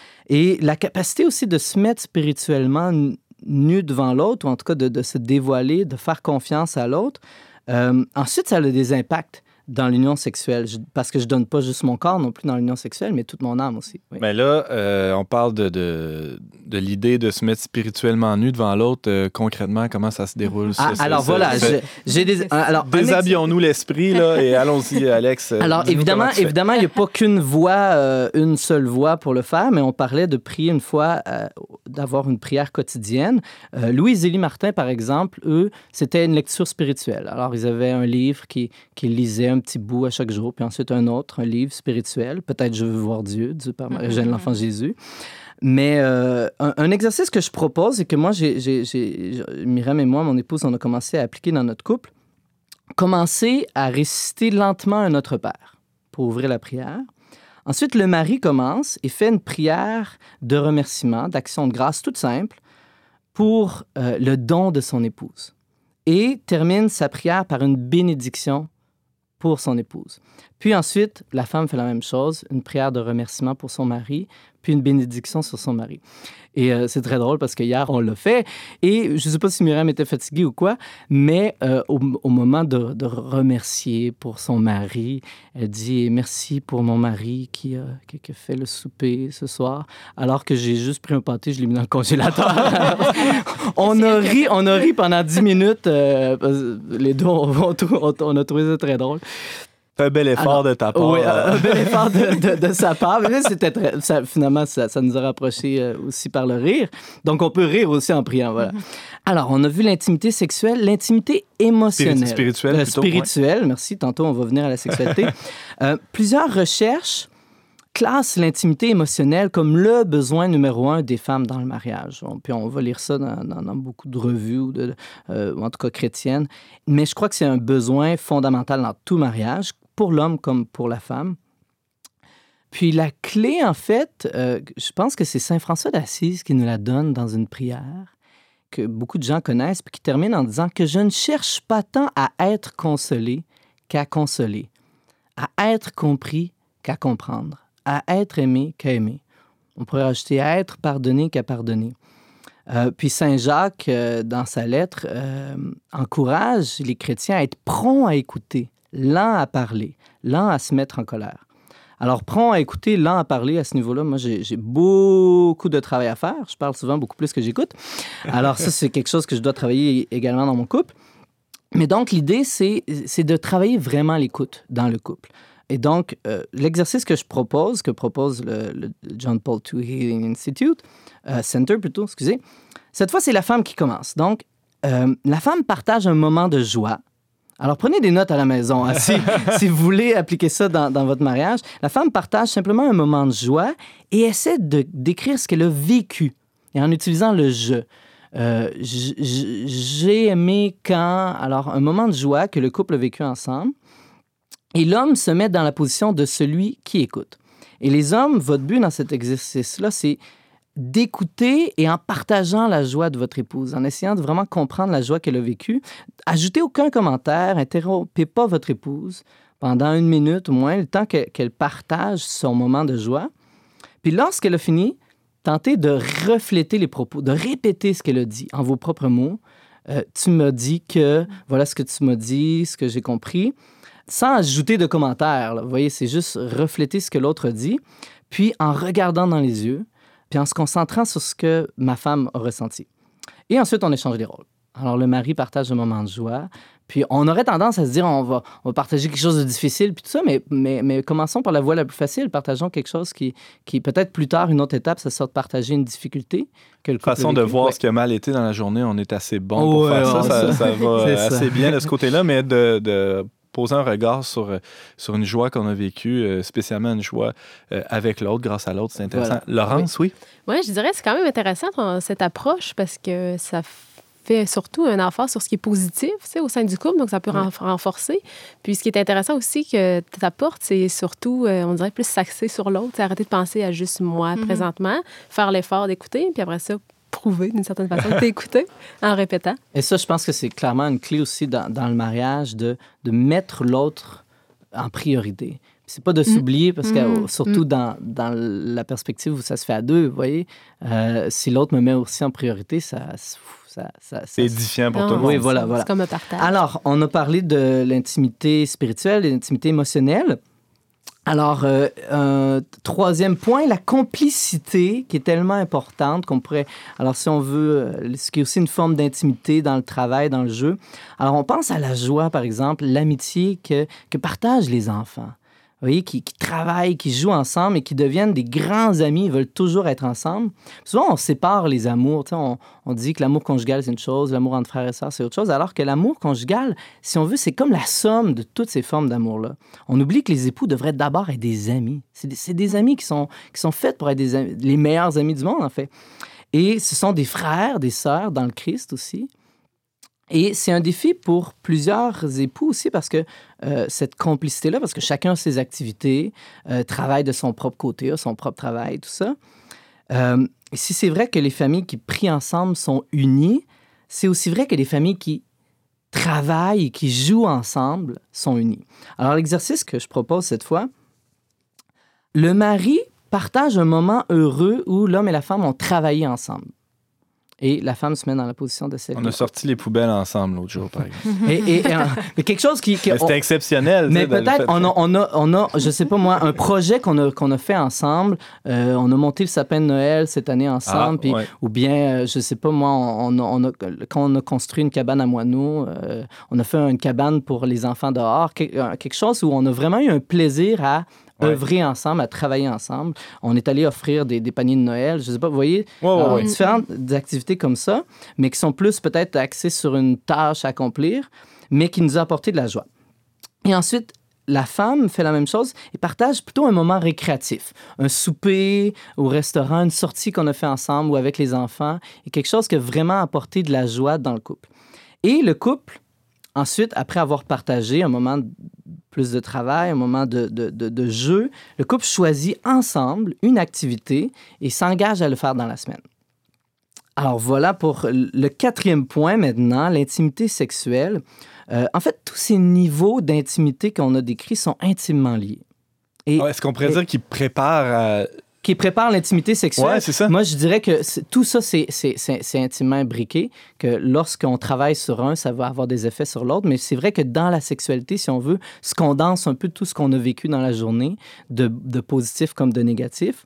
Et la capacité aussi de se mettre spirituellement nu devant l'autre, ou en tout cas de, de se dévoiler, de faire confiance à l'autre. Euh, ensuite, ça a des impacts dans l'union sexuelle. Je, parce que je donne pas juste mon corps non plus dans l'union sexuelle, mais toute mon âme aussi. Oui. Mais là, euh, on parle de, de, de l'idée de se mettre spirituellement nu devant l'autre. Euh, concrètement, comment ça se déroule? Ah, ça, alors ça, voilà, ça, j'ai, j'ai des... Alors, déshabillons-nous l'esprit, là, et allons-y, Alex. Alors, évidemment, évidemment, il n'y a pas qu'une voie, euh, une seule voie pour le faire, mais on parlait de prier une fois, euh, d'avoir une prière quotidienne. Euh, Louis et Zélie Martin, par exemple, eux, c'était une lecture spirituelle. Alors, ils avaient un livre qui, qui lisait un petit bout à chaque jour, puis ensuite un autre, un livre spirituel. Peut-être Je veux voir Dieu, Dieu par Marie-Jeanne, mm-hmm. l'enfant Jésus. Mais euh, un, un exercice que je propose et que moi, j'ai, j'ai, j'ai, Myriam et moi, mon épouse, on a commencé à appliquer dans notre couple, commencer à réciter lentement un Notre Père pour ouvrir la prière. Ensuite, le mari commence et fait une prière de remerciement, d'action de grâce toute simple pour euh, le don de son épouse. Et termine sa prière par une bénédiction pour son épouse. Puis ensuite, la femme fait la même chose, une prière de remerciement pour son mari, puis une bénédiction sur son mari. Et euh, c'est très drôle parce que hier, on l'a fait. Et je ne sais pas si Myriam était fatiguée ou quoi, mais euh, au, au moment de, de remercier pour son mari, elle dit « Merci pour mon mari qui, euh, qui, qui a fait le souper ce soir. » Alors que j'ai juste pris un pâté, je l'ai mis dans le congélateur. on, a ri, on a ri pendant dix minutes. Euh, les deux, on, on, on, on a trouvé ça très drôle. Un bel effort Alors, de ta part. Oui, un bel effort de, de, de sa part. Mais c'était très, ça, finalement, ça, ça nous a rapprochés euh, aussi par le rire. Donc, on peut rire aussi en priant. Voilà. Alors, on a vu l'intimité sexuelle, l'intimité émotionnelle. Spirituelle, euh, plutôt. Spirituelle, ouais. Merci. Tantôt, on va venir à la sexualité. euh, plusieurs recherches classent l'intimité émotionnelle comme le besoin numéro un des femmes dans le mariage. On, puis on va lire ça dans, dans, dans beaucoup de revues, ou de, euh, en tout cas chrétiennes. Mais je crois que c'est un besoin fondamental dans tout mariage, pour l'homme comme pour la femme. Puis la clé, en fait, euh, je pense que c'est Saint François d'Assise qui nous la donne dans une prière que beaucoup de gens connaissent, puis qui termine en disant que je ne cherche pas tant à être consolé qu'à consoler, à être compris qu'à comprendre, à être aimé qu'à aimer. On pourrait rajouter à être pardonné qu'à pardonner. Euh, puis Saint Jacques, euh, dans sa lettre, euh, encourage les chrétiens à être prompts à écouter, lent à parler, lent à se mettre en colère. Alors, prompt à écouter, lent à parler à ce niveau-là, moi, j'ai, j'ai beaucoup de travail à faire. Je parle souvent beaucoup plus que j'écoute. Alors, ça, c'est quelque chose que je dois travailler également dans mon couple. Mais donc, l'idée, c'est, c'est de travailler vraiment l'écoute dans le couple. Et donc, euh, l'exercice que je propose, que propose le, le John Paul deux Healing Institute, euh, Center plutôt, excusez, cette fois, c'est la femme qui commence. Donc, euh, la femme partage un moment de joie. Alors, prenez des notes à la maison. Hein, si, si vous voulez appliquer ça dans, dans votre mariage, la femme partage simplement un moment de joie et essaie de décrire ce qu'elle a vécu et en utilisant le « je ». Euh, j'ai aimé quand... Alors, un moment de joie que le couple a vécu ensemble. Et l'homme se met dans la position de celui qui écoute. Et les hommes, votre but dans cet exercice-là, c'est d'écouter et en partageant la joie de votre épouse, en essayant de vraiment comprendre la joie qu'elle a vécue. Ajoutez aucun commentaire, interrompez pas votre épouse pendant une minute au moins, le temps que, qu'elle partage son moment de joie. Puis lorsqu'elle a fini, tentez de refléter les propos, de répéter ce qu'elle a dit en vos propres mots. Euh, tu m'as dit que, voilà ce que tu m'as dit, ce que j'ai compris, sans ajouter de commentaires. Là. Vous voyez, c'est juste refléter ce que l'autre dit, puis en regardant dans les yeux, puis en se concentrant sur ce que ma femme a ressenti. Et ensuite, on échange les rôles. Alors, le mari partage un moment de joie, puis on aurait tendance à se dire, on va, on va partager quelque chose de difficile, puis tout ça, mais, mais, mais commençons par la voie la plus facile, partageons quelque chose qui, qui peut-être plus tard, une autre étape, ça sort de partager une difficulté que le couple façon de voir ouais. ce qui a mal été dans la journée, on est assez bon oh, pour ouais, faire ça, ça, ça, ça va assez ça. bien de ce côté-là, mais de... de... poser un regard sur, sur une joie qu'on a vécue, euh, spécialement une joie euh, avec l'autre, grâce à l'autre. C'est intéressant. Voilà. Laurence, oui? Oui, ouais, je dirais que c'est quand même intéressant ton, cette approche parce que ça fait surtout un emphase sur ce qui est positif au sein du couple, donc ça peut ouais. renforcer. Puis ce qui est intéressant aussi que tu apportes, c'est surtout, euh, on dirait, plus s'axer sur l'autre, c'est arrêter de penser à juste moi mm-hmm. présentement, faire l'effort d'écouter, puis après ça, prouver d'une certaine façon que tu écouté en répétant. Et ça, je pense que c'est clairement une clé aussi dans, dans le mariage de, de mettre l'autre en priorité. c'est pas de s'oublier, parce que Mm. surtout Mm. dans, dans la perspective où ça se fait à deux, vous voyez, euh, si l'autre me met aussi en priorité, ça... ça, ça, C'est ça édifiant pour Non, tout le oui, monde. voilà, c'est- voilà. C'est comme un partage. Alors, on a parlé de l'intimité spirituelle et l'intimité émotionnelle. Alors, euh, euh, troisième point, la complicité, qui est tellement importante qu'on pourrait... Alors, si on veut, euh, ce qui est aussi une forme d'intimité dans le travail, dans le jeu. Alors, on pense à la joie, par exemple, l'amitié que, que partagent les enfants. Vous voyez, qui, qui travaillent, qui jouent ensemble et qui deviennent des grands amis, ils veulent toujours être ensemble. Souvent, on sépare les amours. Tu sais, on, on dit que l'amour conjugal, c'est une chose, l'amour entre frères et sœurs, c'est autre chose, alors que l'amour conjugal, si on veut, c'est comme la somme de toutes ces formes d'amour-là. On oublie que les époux devraient d'abord être des amis. C'est des, c'est des amis qui sont, qui sont faits pour être des amis, les meilleurs amis du monde, en fait. Et ce sont des frères, des sœurs dans le Christ aussi. Et c'est un défi pour plusieurs époux aussi parce que euh, cette complicité-là, parce que chacun a ses activités, euh, travaille de son propre côté, a son propre travail, tout ça. Euh, si c'est vrai que les familles qui prient ensemble sont unies, c'est aussi vrai que les familles qui travaillent et qui jouent ensemble sont unies. Alors l'exercice que je propose cette fois, le mari partage un moment heureux où l'homme et la femme ont travaillé ensemble. Et la femme se met dans la position de celle On a sorti les poubelles ensemble l'autre jour, par exemple. et, et, et, mais quelque chose qui... qui Mais C'était on- exceptionnel. tu mais sais, de- le peut-être fait- on a, on, a, on a, je sais pas moi, un projet qu'on a, qu'on a fait ensemble. Euh, on a monté le sapin de Noël cette année ensemble. Ah, puis, ouais. ou bien, euh, je sais pas moi, on, on a, on a- quand on a construit une cabane à moineaux, euh, on a fait une cabane pour les enfants dehors. Quel- euh, quelque chose où on a vraiment eu un plaisir à Ouais. œuvrer ensemble, à travailler ensemble. On est allé offrir des, des paniers de Noël. Je sais pas, vous voyez, Ouais, ouais, alors, ouais. différentes activités comme ça, mais qui sont plus peut-être axées sur une tâche à accomplir, mais qui nous a apporté de la joie. Et ensuite, la femme fait la même chose et partage plutôt un moment récréatif. Un souper au restaurant, une sortie qu'on a fait ensemble ou avec les enfants, et quelque chose qui a vraiment apporté de la joie dans le couple. Et le couple, ensuite, après avoir partagé un moment de- plus de travail, un moment de, de, de, de jeu, le couple choisit ensemble une activité et s'engage à le faire dans la semaine. Alors voilà pour le quatrième point maintenant, l'intimité sexuelle. Euh, en fait, tous ces niveaux d'intimité qu'on a décrits sont intimement liés. Et Ouais, Est-ce qu'on pourrait et- dire qu'il prépare à... qui prépare l'intimité sexuelle. Ouais, c'est ça. Moi, je dirais que c'est- tout ça, c'est, c'est, c'est, c'est intimement imbriqué, que lorsqu'on travaille sur un, ça va avoir des effets sur l'autre. Mais c'est vrai que dans la sexualité, si on veut, se condense un peu tout ce qu'on a vécu dans la journée, de, de positif comme de négatif.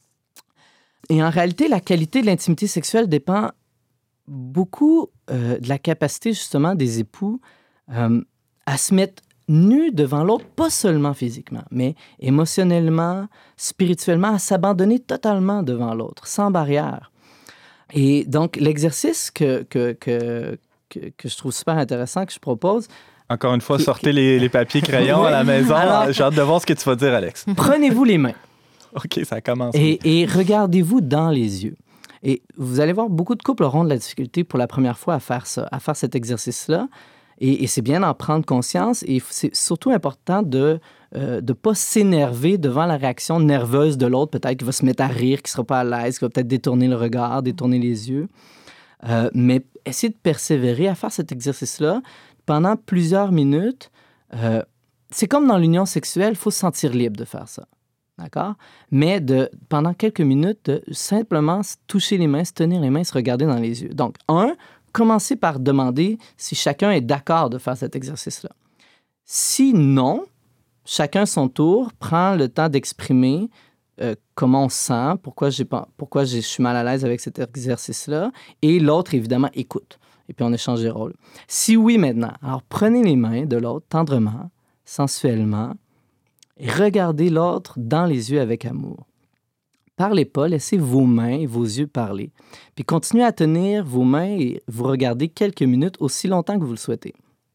Et en réalité, la qualité de l'intimité sexuelle dépend beaucoup euh, de la capacité, justement, des époux euh, à se mettre nus devant l'autre, pas seulement physiquement, mais émotionnellement, spirituellement, à s'abandonner totalement devant l'autre, sans barrière. Et donc, l'exercice que, que, que, que, que je trouve super intéressant, que je propose, Encore une fois, Qui- sortez les, les papiers crayons à la maison. Alors- J'ai hâte de voir ce que tu vas dire, Alex. prenez-vous les mains OK, ça commence. et, et regardez-vous dans les yeux. Et vous allez voir, beaucoup de couples auront de la difficulté pour la première fois à faire ça, à faire cet exercice-là. Et, et c'est bien d'en prendre conscience. Et c'est surtout important de ne de pas s'énerver devant la réaction nerveuse de l'autre, peut-être qu'il va se mettre à rire, qu'il ne sera pas à l'aise, qu'il va peut-être détourner le regard, détourner les yeux. Euh, mais essayez de persévérer à faire cet exercice-là pendant plusieurs minutes. Euh, c'est comme dans l'union sexuelle, il faut se sentir libre de faire ça. D'accord? Mais de, pendant quelques minutes, de simplement se toucher les mains, se tenir les mains, se regarder dans les yeux. Donc, un, commencez par demander si chacun est d'accord de faire cet exercice-là. Si non, chacun son tour prend le temps d'exprimer euh, comment on se sent, pourquoi, j'ai pas, pourquoi je suis mal à l'aise avec cet exercice-là, et l'autre, évidemment, écoute. Et puis, on échange les rôles. Si oui, maintenant, alors prenez les mains de l'autre tendrement, sensuellement, et regardez l'autre dans les yeux avec amour. Parlez pas, laissez vos mains et vos yeux parler. Puis continuez à tenir vos mains et vous regarder quelques minutes, aussi longtemps que vous le souhaitez.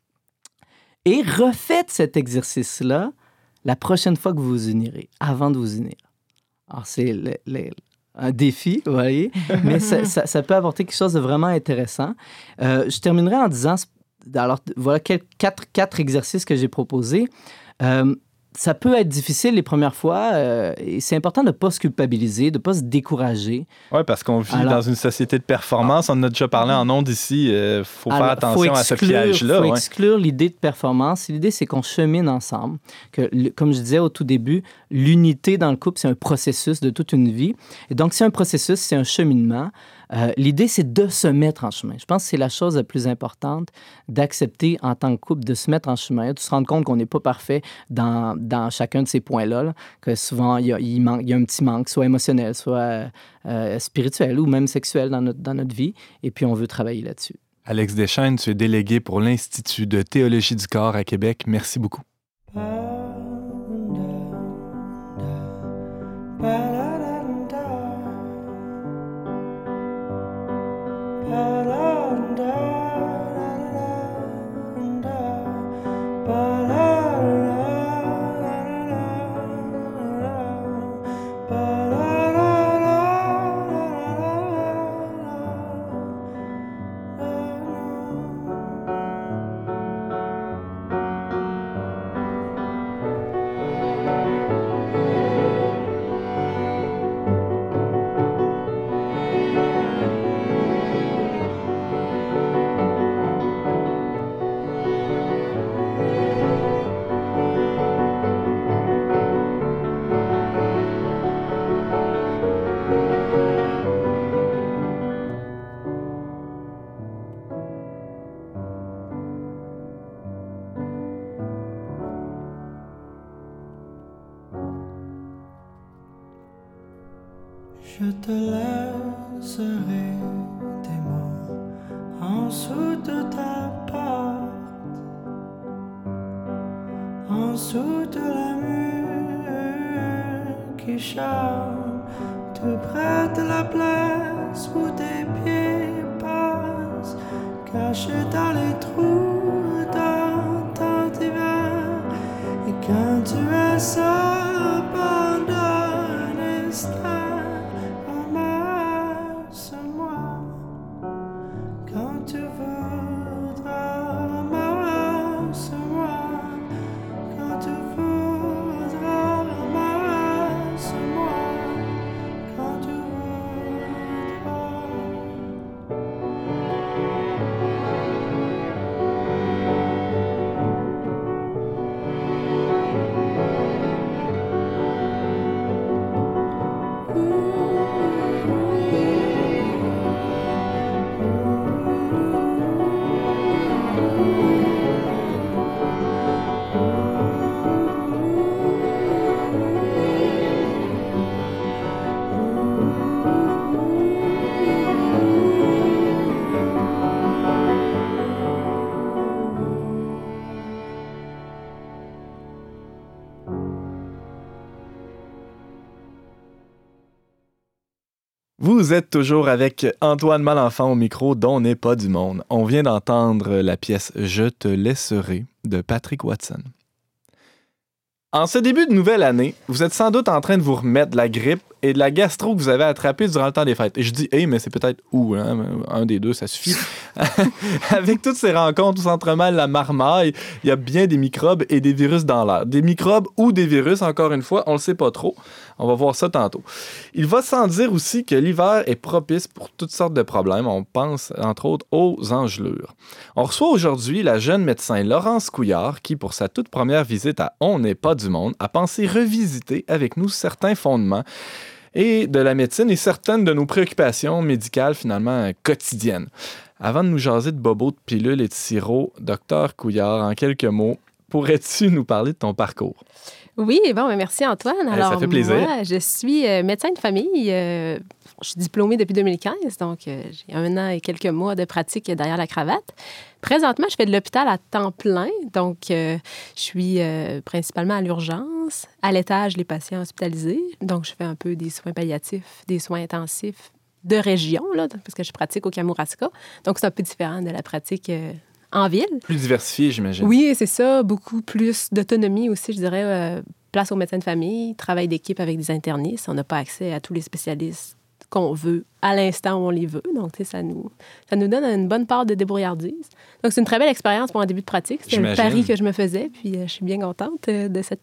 Et refaites cet exercice-là la prochaine fois que vous vous unirez, avant de vous unir. Alors, c'est le- le- un défi, vous voyez, mais ça, ça- ça peut apporter quelque chose de vraiment intéressant. Euh, je terminerai en disant, alors voilà quel- quatre, quatre exercices que j'ai proposés. Euh, ça peut être difficile les premières fois euh, et c'est important de ne pas se culpabiliser, de ne pas se décourager. Oui, parce qu'on vit Alors, dans une société de performance. On en a déjà parlé en ondes ici. Il euh, faut faire alors, attention faut à ce exclure, piège-là. Il faut ouais. exclure l'idée de performance. L'idée, c'est qu'on chemine ensemble. Que, comme je disais au tout début, l'unité dans le couple, c'est un processus de toute une vie. Et donc, c'est un processus, c'est un cheminement. Euh, l'idée, c'est de se mettre en chemin. Je pense que c'est la chose la plus importante, d'accepter en tant que couple de se mettre en chemin, de se rendre compte qu'on n'est pas parfait dans, dans chacun de ces points-là, là, que souvent, il y a, il manque, il y a un petit manque, soit émotionnel, soit euh, spirituel ou même sexuel dans notre, dans notre vie, et puis on veut travailler là-dessus. Alex Deschênes, tu es délégué pour l'Institut de théologie du corps à Québec. Merci beaucoup. Je te laisserai des mots en dessous de ta porte, en dessous de la mur qui chante, tout près de la place où tes pieds passent, cachés dans les trous dans ton divan. Et quand tu es seul pendant un instant, Vous êtes toujours avec Antoine Malenfant au micro dont n'est pas du monde. On vient d'entendre la pièce « Je te laisserai » de Patrick Watson. En ce début de nouvelle année, vous êtes sans doute en train de vous remettre de la grippe et de la gastro que vous avez attrapée durant le temps des fêtes. Et je dis « hey », mais c'est peut-être « ou hein, », un des deux, ça suffit. Avec toutes ces rencontres où s'entremêle la marmaille, il y a bien des microbes et des virus dans l'air. Des microbes ou des virus, encore une fois, on le sait pas trop. On va voir ça tantôt. Il va sans dire aussi que l'hiver est propice pour toutes sortes de problèmes. On pense, entre autres, aux engelures. On reçoit aujourd'hui la jeune médecin Laurence Couillard qui, pour sa toute première visite à On n'est pas du monde, a pensé revisiter avec nous certains fondements et de la médecine et certaines de nos préoccupations médicales, finalement, quotidiennes. Avant de nous jaser de bobos, de pilules et de sirop, docteur Couillard, en quelques mots, pourrais-tu nous parler de ton parcours? Oui, bon, ben merci Antoine. Hey, Alors, ça fait plaisir. moi, je suis euh, médecin de famille. Euh, je suis diplômée depuis deux mille quinze, donc euh, j'ai un an et quelques mois de pratique derrière la cravate. Présentement, je fais de l'hôpital à temps plein, donc euh, je suis euh, principalement à l'urgence, à l'étage, les patients hospitalisés. Donc, je fais un peu des soins palliatifs, des soins intensifs de région, là, parce que je pratique au Kamouraska. Donc, c'est un peu différent de la pratique euh, en ville. Plus diversifié, j'imagine. Oui, c'est ça. Beaucoup plus d'autonomie aussi, je dirais. Euh, place aux médecins de famille, travail d'équipe avec des internistes. On n'a pas accès à tous les spécialistes qu'on veut à l'instant où on les veut. Donc, tu sais, ça nous, ça nous donne une bonne part de débrouillardise. Donc, c'est une très belle expérience pour un début de pratique. C'était un pari que je me faisais, puis euh, je suis bien contente euh, de cette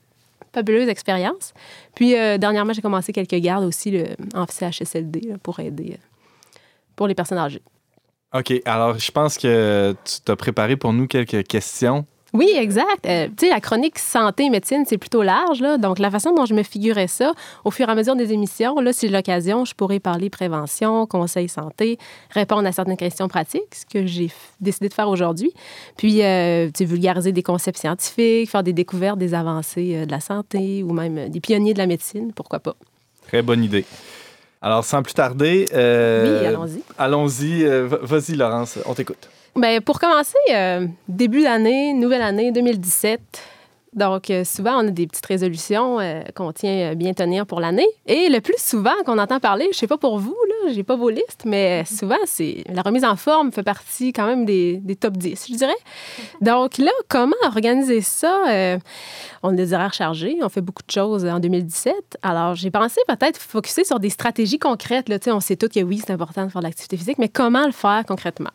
fabuleuse expérience. Puis, euh, dernièrement, j'ai commencé quelques gardes aussi le, en C H S L D là, pour aider euh, pour les personnes âgées. OK. Alors, je pense que tu t'as préparé pour nous quelques questions. Oui, exact. Euh, tu sais, la chronique santé et médecine, c'est plutôt large. Là. Donc, la façon dont je me figurais ça, au fur et à mesure des émissions, là, si j'ai l'occasion, je pourrais parler prévention, conseils santé, répondre à certaines questions pratiques, ce que j'ai f- décidé de faire aujourd'hui. Puis, euh, tu sais, vulgariser des concepts scientifiques, faire des découvertes, des avancées euh, de la santé ou même euh, des pionniers de la médecine, pourquoi pas. Très bonne idée. Alors, sans plus tarder... euh, Oui, allons-y. Allons-y. Euh, va- vas-y, Laurence, on t'écoute. Bien, pour commencer, euh, début d'année, nouvelle année deux mille dix-sept. Donc, euh, souvent, on a des petites résolutions euh, qu'on tient euh, bien tenir pour l'année. Et le plus souvent qu'on entend parler, je sais pas pour vous, là, j'ai pas vos listes, mais souvent, c'est la remise en forme fait partie quand même des, des top dix, je dirais. Donc là, comment organiser ça? Euh, on a des horaires chargés, on fait beaucoup de choses en deux mille dix-sept. Alors, j'ai pensé peut-être focusser sur des stratégies concrètes. Là. Tu sais, on sait tous que oui, c'est important de faire de l'activité physique, mais comment le faire concrètement?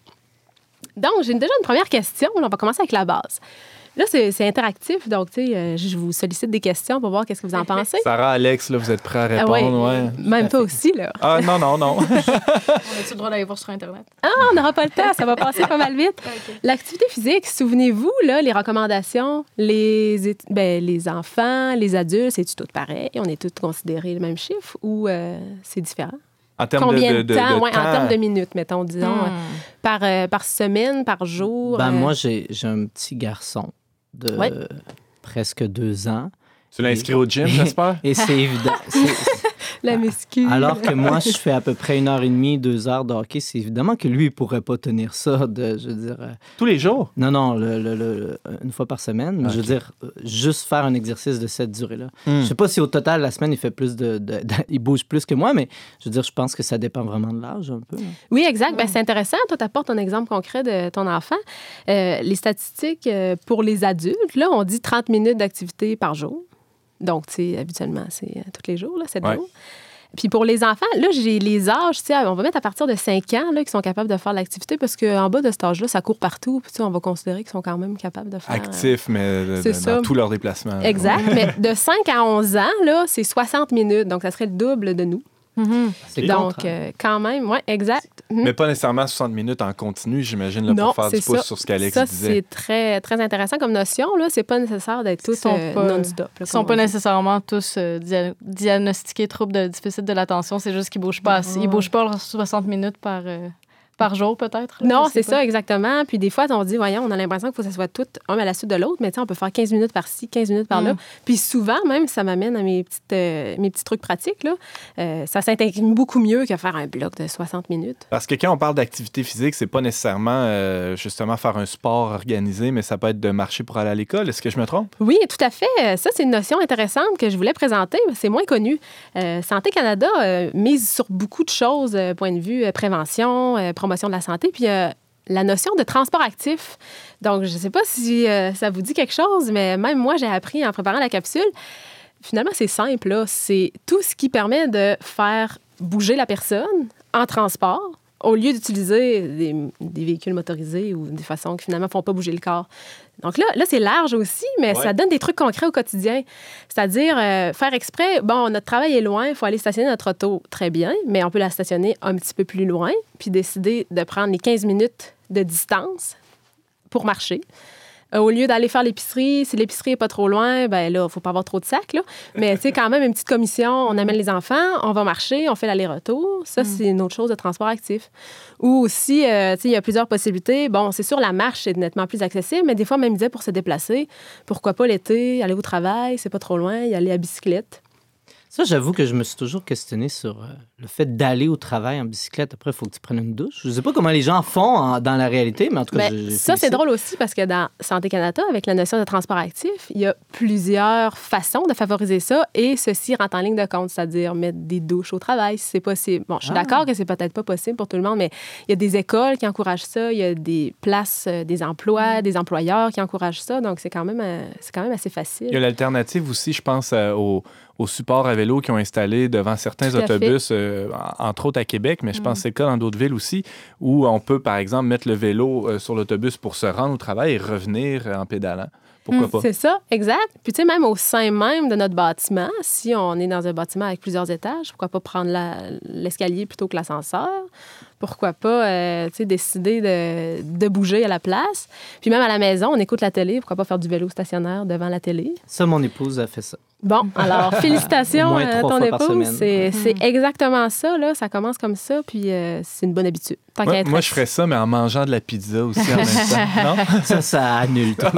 Donc, j'ai déjà une première question. Là, on va commencer avec la base. Là, c'est, c'est interactif, donc, tu sais, euh, je vous sollicite des questions pour voir qu'est-ce que vous en pensez. Sarah, Alex, là, vous êtes prêts à Ah répondre? ouais, ouais. Même toi aussi, là. Ah, non, non, non. On a-tu le droit d'aller voir sur Internet? Ah, on n'aura pas le temps, ça va passer pas mal vite. OK. L'activité physique, souvenez-vous, là, les recommandations, les, étu- ben, les enfants, les adultes, c'est-tu tout pareil? On est tous considérés le même chiffre ou euh, c'est différent? En termes Combien de, de, de, de, temps? de Ouais, temps. en termes de minutes, mettons, disons, Hmm. euh, par, euh, par semaine, par jour. Ben, euh, moi, j'ai, j'ai un petit garçon de Ouais. presque deux ans. Tu l'as inscrit au gym, j'espère? Et c'est évident. c'est- la muscu. Alors que moi, je fais à peu près une heure et demie, deux heures de hockey. C'est évidemment que lui, il pourrait pas tenir ça, de, je veux dire... euh, Tous les jours? non, non, le, le- le- une fois par semaine. Mais je veux Ok. dire, euh, juste faire un exercice de cette durée-là. Hmm. Je sais pas si au total, la semaine, il fait plus de, de- de- il bouge plus que moi, mais je veux dire, je pense que ça dépend vraiment de l'âge, un peu. Oui, exact. Ben, c'est intéressant. Toi, tu apportes un exemple concret de ton enfant. Euh, les statistiques euh, pour les adultes, là, on dit trente minutes d'activité par jour. Donc, tu sais, habituellement, c'est euh, tous les jours, là, sept Ouais. jours. Puis pour les enfants, là, j'ai les âges, tu sais, on va mettre à partir de cinq ans, là, qui sont capables de faire l'activité, parce qu'en bas de cet âge-là, ça court partout. Puis, tu sais, on va considérer qu'ils sont quand même capables de faire... euh, Actifs, mais de- c'est de- ça. dans tous leurs déplacements. Exact. Mais de cinq à onze ans, là, c'est soixante minutes. Donc, ça serait le double de nous. Mhm. C'est le Donc, contraire. euh, quand même, oui, exact. Mhm. Mais pas nécessairement soixante minutes en continu, j'imagine, là, Non, pour faire du c'est pouce ça. sur ce qu'Alex Ça, disait. c'est très, très intéressant comme notion. Là. C'est pas nécessaire d'être tous sont euh, pas- non-stop. là, Ils comme sont on pas dit. nécessairement tous euh, dia- diagnostiqués troubles de déficit de l'attention. C'est juste qu'ils bougent pas assez. Ils bougent pas leurs soixante minutes par, euh, par jour, peut-être. là, Non, je sais c'est pas. ça, exactement. Puis des fois, on dit, voyons, on a l'impression qu'il faut que ça soit tout un à la suite de l'autre, mais tu sais, on peut faire quinze minutes par-ci, quinze minutes par-là. Mm. Puis souvent, même, ça m'amène à mes, petites, euh, mes petits trucs pratiques. Là. Euh, ça s'intègre beaucoup mieux que faire un bloc de soixante minutes. Parce que quand on parle d'activité physique, c'est pas nécessairement euh, justement faire un sport organisé, mais ça peut être de marcher pour aller à l'école. Est-ce que je me trompe? Oui, tout à fait. Ça, c'est une notion intéressante que je voulais présenter. mais C'est moins connu. Euh, Santé Canada euh, mise sur beaucoup de choses, euh, point de vue euh, prévention, euh, promotion de la santé, puis euh, la notion de transport actif. Donc, je ne sais pas si euh, ça vous dit quelque chose, mais même moi, j'ai appris en préparant la capsule. Finalement, c'est simple. Là. C'est tout ce qui permet de faire bouger la personne en transport au lieu d'utiliser des, des véhicules motorisés ou des façons qui finalement ne font pas bouger le corps. Donc là, là c'est large aussi, mais Ouais. ça donne des trucs concrets au quotidien. C'est-à-dire euh, faire exprès, bon, notre travail est loin, il faut aller stationner notre auto, très bien, mais on peut la stationner un petit peu plus loin, puis décider de prendre les quinze minutes de distance pour marcher. Euh, au lieu d'aller faire l'épicerie, si l'épicerie n'est pas trop loin, ben là, il ne faut pas avoir trop de sacs, là. Mais tu sais, quand même, une petite commission, on amène les enfants, on va marcher, on fait l'aller-retour. Ça, c'est une autre chose de transport actif. Ou aussi, euh, tu sais, il y a plusieurs possibilités. Bon, c'est sûr, la marche, c'est nettement plus accessible, mais des fois, même, disait pour se déplacer, pourquoi pas l'été, aller au travail, c'est pas trop loin, y aller à bicyclette. Ça, j'avoue que je me suis toujours questionné sur euh, le fait d'aller au travail en bicyclette. Après, il faut que tu prennes une douche. Je ne sais pas comment les gens font en- dans la réalité, mais en tout cas, Ben, je- je ça, c'est félicite. drôle aussi parce que dans Santé Canada, avec la notion de transport actif, il y a plusieurs façons de favoriser ça et ceci rentre en ligne de compte, c'est-à-dire mettre des douches au travail si c'est possible. Bon, je suis Ah. d'accord que c'est peut-être pas possible pour tout le monde, mais il y a des écoles qui encouragent ça, il y a des places, euh, des emplois, des employeurs qui encouragent ça, donc c'est quand même, euh, c'est quand même assez facile. Il y a l'alternative aussi, je pense, euh, aux, aux supports à vélo qui ont installé devant certains Tout à fait. autobus, euh, en- entre autres à Québec, mais je pense que c'est le cas dans d'autres villes aussi, où on peut, par exemple, mettre le vélo euh, sur l'autobus pour se rendre au travail et revenir euh, en pédalant. pourquoi Mm, pas? C'est ça, exact. Puis, tu sais, même au sein même de notre bâtiment, si on est dans un bâtiment avec plusieurs étages, pourquoi pas prendre la- l'escalier plutôt que l'ascenseur? Pourquoi pas, euh, tu sais, décider de, de bouger à la place? Puis même à la maison, on écoute la télé, pourquoi pas faire du vélo stationnaire devant la télé? Ça, mon épouse a fait ça. Bon, alors, félicitations Au moins à trois ton fois par épouse. semaine. C'est c'est exactement ça, là. Ça commence comme ça, puis euh, c'est une bonne habitude. Tant qu'à Moi, être moi, je ferais ça, mais en mangeant de la pizza aussi en même temps. Non? Ça, ça annule tout.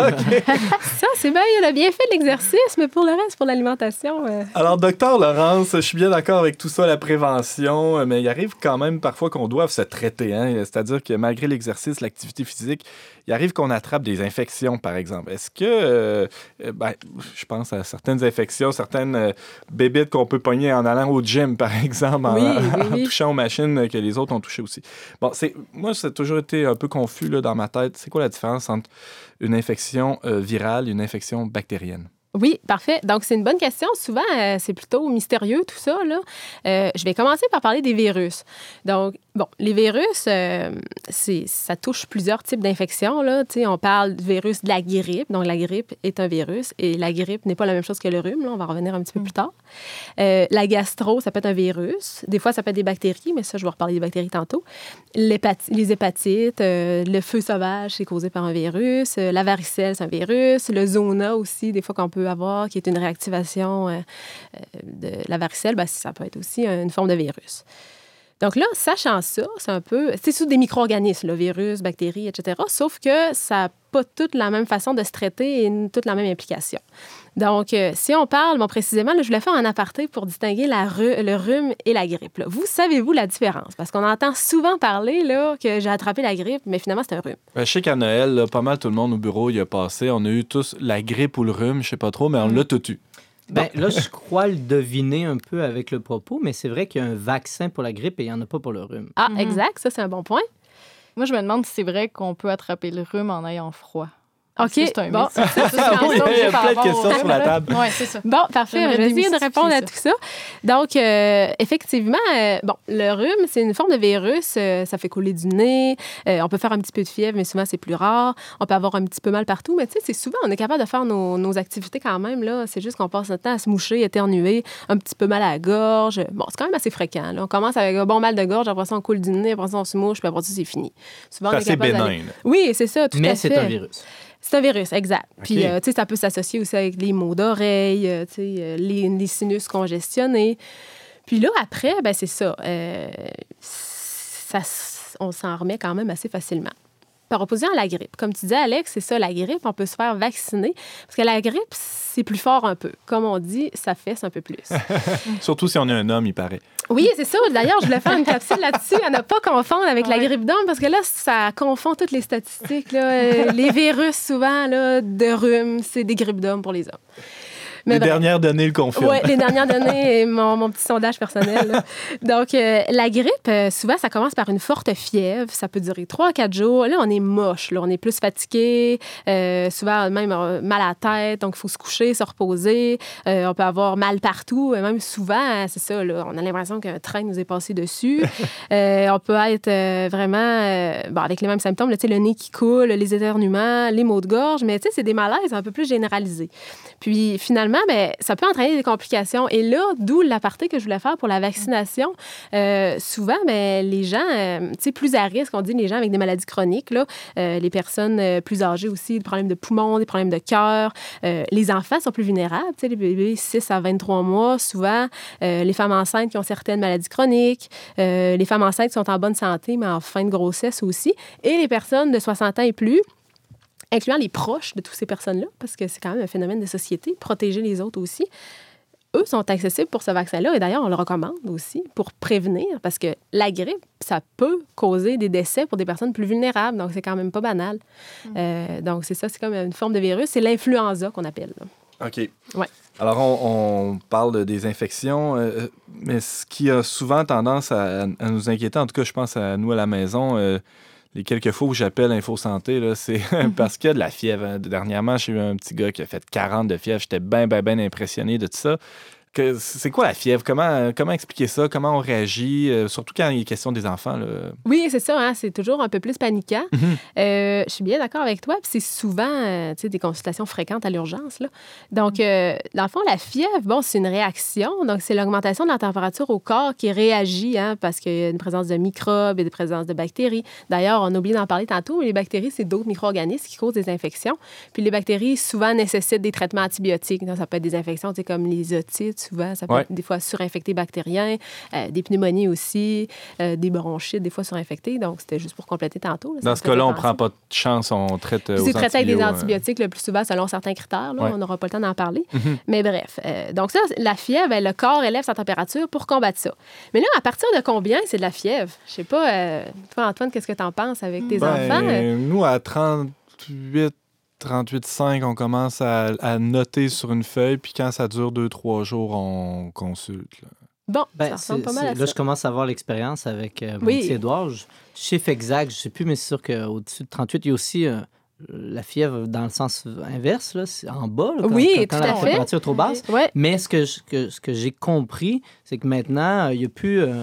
Ça, c'est bien, il a bien fait de l'exercice, mais pour le reste, pour l'alimentation... euh, Alors, docteur Laurence, je suis bien d'accord avec tout ça, la prévention, mais il arrive quand même parfois qu'on doive se traiter. Hein? C'est-à-dire que malgré l'exercice, l'activité physique, il arrive qu'on attrape des infections, par exemple. Est-ce que, euh, ben, je pense à certaines infections, certaines euh, bébites qu'on peut pogner en allant au gym, par exemple, en, Oui, oui, en oui. touchant aux machines que les autres ont touchées aussi. Bon, c'est, moi, ça a toujours été un peu confus là, dans ma tête. C'est quoi la différence entre une infection euh, virale et une infection bactérienne? Oui, parfait. Donc, c'est une bonne question. Souvent, euh, c'est plutôt mystérieux, tout ça, là. Euh, je vais commencer par parler des virus. Donc, bon, les virus, euh, c'est, ça touche plusieurs types d'infections, là. Tu sais, on parle du virus de la grippe. Donc, la grippe est un virus et la grippe n'est pas la même chose que le rhume, là. On va revenir un petit peu plus tard. Euh, la gastro, ça peut être un virus. Des fois, ça peut être des bactéries, mais ça, je vais reparler des bactéries tantôt. L'hépati- les hépatites, euh, le feu sauvage, c'est causé par un virus. Euh, la varicelle, c'est un virus. Le zona aussi, des fois qu'on peut avoir, qui est une réactivation euh, euh, de la varicelle, ben, ça peut être aussi une forme de virus. Donc là, sachant ça, c'est un peu... C'est sous des micro-organismes, le virus, bactéries, et cetera, sauf que ça n'a pas toute la même façon de se traiter et une- toute la même implication. Donc, euh, si on parle, bon, précisément, là, je voulais faire un aparté pour distinguer la rhu- le rhume et la grippe. Là. Vous savez-vous la différence? Parce qu'on entend souvent parler là, que j'ai attrapé la grippe, mais finalement, c'est un rhume. Ben, je sais qu'à Noël, là, pas mal tout le monde au bureau y a passé. On a eu tous la grippe ou le rhume, je sais pas trop, mais on l'a tout eu. Ben, là, je crois le deviner un peu avec le propos, mais c'est vrai qu'il y a un vaccin pour la grippe et il n'y en a pas pour le rhume. Ah, Mhm. exact, ça, c'est un bon point. Moi, je me demande si c'est vrai qu'on peut attraper le rhume en ayant froid. OK, Est-ce que c'est un bon. mythe? Ça, c'est une Ah oui, question il y a par plein de rapport questions au- sur la table. Ouais, c'est ça. Bon, parfait. J'aimerais Je vais essayer de démystifier répondre à ça. tout ça. Donc, euh, effectivement, euh, bon, le rhume, c'est une forme de virus. euh, ça fait couler du nez. euh, on peut faire un petit peu de fièvre, mais souvent, c'est plus rare. On peut avoir un petit peu mal partout. Mais tu sais, c'est souvent, on est capable de faire nos, nos activités quand même. Là. C'est juste qu'on passe notre temps à se moucher, éternuer, un petit peu mal à la gorge. Bon, c'est quand même assez fréquent. Là. On commence avec un bon mal de gorge, après ça, on coule du nez, après ça, on se mouche, puis après ça, c'est fini. Souvent, C'est on est assez capable bénin. d'aller- là. Oui, c'est ça, tout à Mais fait. c'est un virus. C'est un virus, exact. Puis, OK. euh, tu sais, ça peut s'associer aussi avec les maux d'oreille, euh, tu sais, euh, les, les sinus congestionnés. Puis là, après, ben c'est ça. euh, ça s- on s'en remet quand même assez facilement. Par opposition à la grippe. Comme tu disais, Alex, c'est ça, la grippe, on peut se faire vacciner. Parce que la grippe, c'est plus fort un peu. Comme on dit, ça fesse un peu plus. Surtout si on est un homme, il paraît. Oui, c'est ça. D'ailleurs, je voulais faire une capsule là-dessus, à ne pas confondre avec la Ouais. grippe d'homme, parce que là, ça confond toutes les statistiques. Là. Euh, Les virus, souvent, là, de rhume, c'est des grippes d'hommes pour les hommes. Mais Les bref. dernières données le confirment. Oui, les dernières données et mon, mon petit sondage personnel. là. Donc, euh, la grippe, euh, souvent, ça commence par une forte fièvre. Ça peut durer trois à quatre jours. Là, on est moche. Là. On est plus fatigué. euh, souvent, même euh, mal à la tête. Donc, il faut se coucher, se reposer. Euh, on peut avoir mal partout. euh, Même souvent, hein, c'est ça. Là, on a l'impression qu'un train nous est passé dessus. Euh, on peut être euh, vraiment euh, bon, avec les mêmes symptômes. Là, tu sais, le nez qui coule, les éternuements, les maux de gorge. Mais tu sais, c'est des malaises un peu plus généralisés. Puis, finalement, ben, ça peut entraîner des complications. Et là, d'où l'aparté que je voulais faire pour la vaccination. Euh, souvent, ben, les gens, euh, tu sais, plus à risque, on dit les gens avec des maladies chroniques, là, euh, les personnes euh, plus âgées aussi, des problèmes de poumons, des problèmes de cœur. Euh, les enfants sont plus vulnérables, tu sais, les bébés six à vingt-trois mois, souvent. Euh, les femmes enceintes qui ont certaines maladies chroniques. Euh, les femmes enceintes qui sont en bonne santé, mais en fin de grossesse aussi. Et les personnes de soixante ans et plus, incluant les proches de toutes ces personnes-là, parce que c'est quand même un phénomène de société, protéger les autres aussi, eux sont accessibles pour ce vaccin-là. Et d'ailleurs, on le recommande aussi pour prévenir, parce que la grippe, ça peut causer des décès pour des personnes plus vulnérables. Donc, c'est quand même pas banal. Mm. Euh, donc, c'est ça, c'est comme une forme de virus. C'est l'influenza qu'on appelle. là. OK. Ouais. Alors, on, on parle des infections, euh, mais ce qui a souvent tendance à, à nous inquiéter, en tout cas, je pense à nous à la maison, euh, les quelques fois où j'appelle Info Santé, là, c'est parce qu'il y a de la fièvre. hein. Dernièrement, j'ai eu un petit gars qui a fait quarante de fièvre. J'étais bien, bien, bien impressionné de tout ça. que, c'est quoi la fièvre? Comment, comment expliquer ça? Comment on réagit? Euh, surtout quand il est question des enfants. Là. Oui, c'est ça. Hein? C'est toujours un peu plus paniquant. Mm-hmm. Euh, je suis bien d'accord avec toi. Puis c'est souvent euh, tu sais, des consultations fréquentes à l'urgence. Là. Donc, euh, dans le fond, la fièvre, bon, c'est une réaction. Donc, c'est l'augmentation de la température au corps qui réagit hein, parce qu'il y a une présence de microbes et une présence de bactéries. D'ailleurs, on a oublié d'en parler tantôt, mais les bactéries, c'est d'autres micro-organismes qui causent des infections. Puis les bactéries, souvent, nécessitent des traitements antibiotiques. Donc, ça peut être des infections tu sais, comme les otites, souvent. Ça peut ouais. être des fois surinfectés bactériens, euh, des pneumonies aussi, euh, des bronchites, des fois surinfectés. Donc, c'était juste pour compléter tantôt. Là, dans ce cas-là, on ne prend pas de chance, on traite euh, aux c'est traité avec des euh... antibiotiques le plus souvent selon certains critères. Là, ouais. On n'aura pas le temps d'en parler. Mm-hmm. Mais bref. Euh, donc ça, la fièvre, ben, le corps élève sa température pour combattre ça. Mais là, à partir de combien c'est de la fièvre? Je sais pas, euh, toi, Antoine, qu'est-ce que tu en penses avec tes ben, enfants? Nous, à trente-huit, trente-huit virgule cinq, on commence à, à noter sur une feuille, puis quand ça dure deux, trois jours, on consulte. Là. Bon, ben, ça ressemble pas mal à là, ça. je commence à avoir l'expérience avec euh, mon oui. petit Édouard. Je, chiffre exact, je ne sais plus, mais c'est sûr qu'au-dessus de trente-huit, il y a aussi euh, la fièvre dans le sens inverse, là, c'est en bas, là, quand, oui, quand, quand tout la à fait. température est trop basse. Oui. Mais ce que, je, que, ce que j'ai compris, c'est que maintenant, il n'y a plus euh,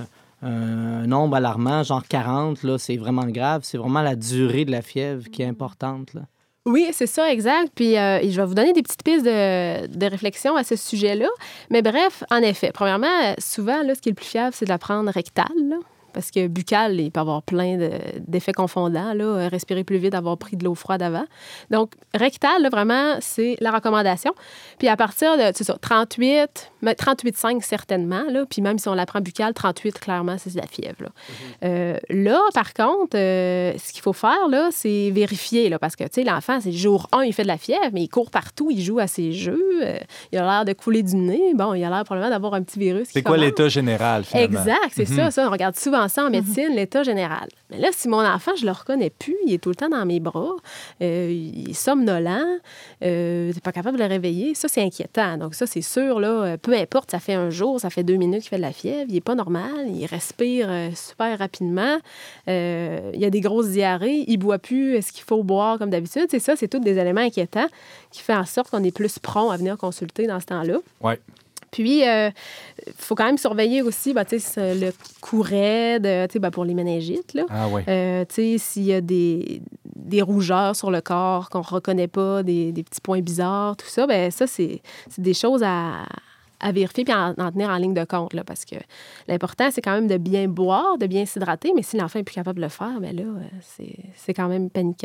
un nombre alarmant, genre quarante, là, c'est vraiment grave. C'est vraiment la durée de la fièvre qui est importante, là. Oui, c'est ça, exact. Puis euh, je vais vous donner des petites pistes de, de réflexion à ce sujet-là. Mais bref, en effet, premièrement, souvent, là, ce qui est le plus fiable, c'est de la prendre rectale, là. Parce que buccal, il peut avoir plein de, d'effets confondants, là, respirer plus vite, avoir pris de l'eau froide avant. Donc, rectal, là, vraiment, c'est la recommandation. Puis à partir de, c'est ça, trente-huit, trente-huit virgule cinq certainement, là, puis même si on la prend buccal, trente-huit, clairement, c'est de la fièvre. Là, mm-hmm. euh, là par contre, euh, ce qu'il faut faire, là, c'est vérifier, là, parce que, tu sais, l'enfant, c'est jour un, il fait de la fièvre, mais il court partout, il joue à ses jeux, euh, il a l'air de couler du nez. Bon, il a l'air probablement d'avoir un petit virus. C'est qui quoi commence. l'état général, finalement? Exact, c'est mm-hmm. ça, ça. On regarde souvent ça en médecine, mm-hmm. l'état général. Mais là, si mon enfant, je le reconnais plus, il est tout le temps dans mes bras, euh, il est somnolent, euh, t'es pas capable de le réveiller, ça, c'est inquiétant. Donc ça, c'est sûr, là, peu importe, ça fait un jour, ça fait deux minutes qu'il fait de la fièvre, il est pas normal, il respire euh, super rapidement, euh, il y a des grosses diarrhées, il boit plus ce qu'il faut boire comme d'habitude. C'est ça, c'est tous des éléments inquiétants qui font en sorte qu'on est plus prompt à venir consulter dans ce temps-là. Oui. Puis, il euh, faut quand même surveiller aussi ben, le cou raide ben, pour les méningites. Là. Ah oui. Euh, s'il y a des, des rougeurs sur le corps qu'on ne reconnaît pas, des, des petits points bizarres, tout ça, ben ça, c'est, c'est des choses à, à vérifier puis en, en tenir en ligne de compte. Là, parce que l'important, c'est quand même de bien boire, de bien s'hydrater. Mais si l'enfant n'est plus capable de le faire, ben là, c'est, c'est quand même paniquant.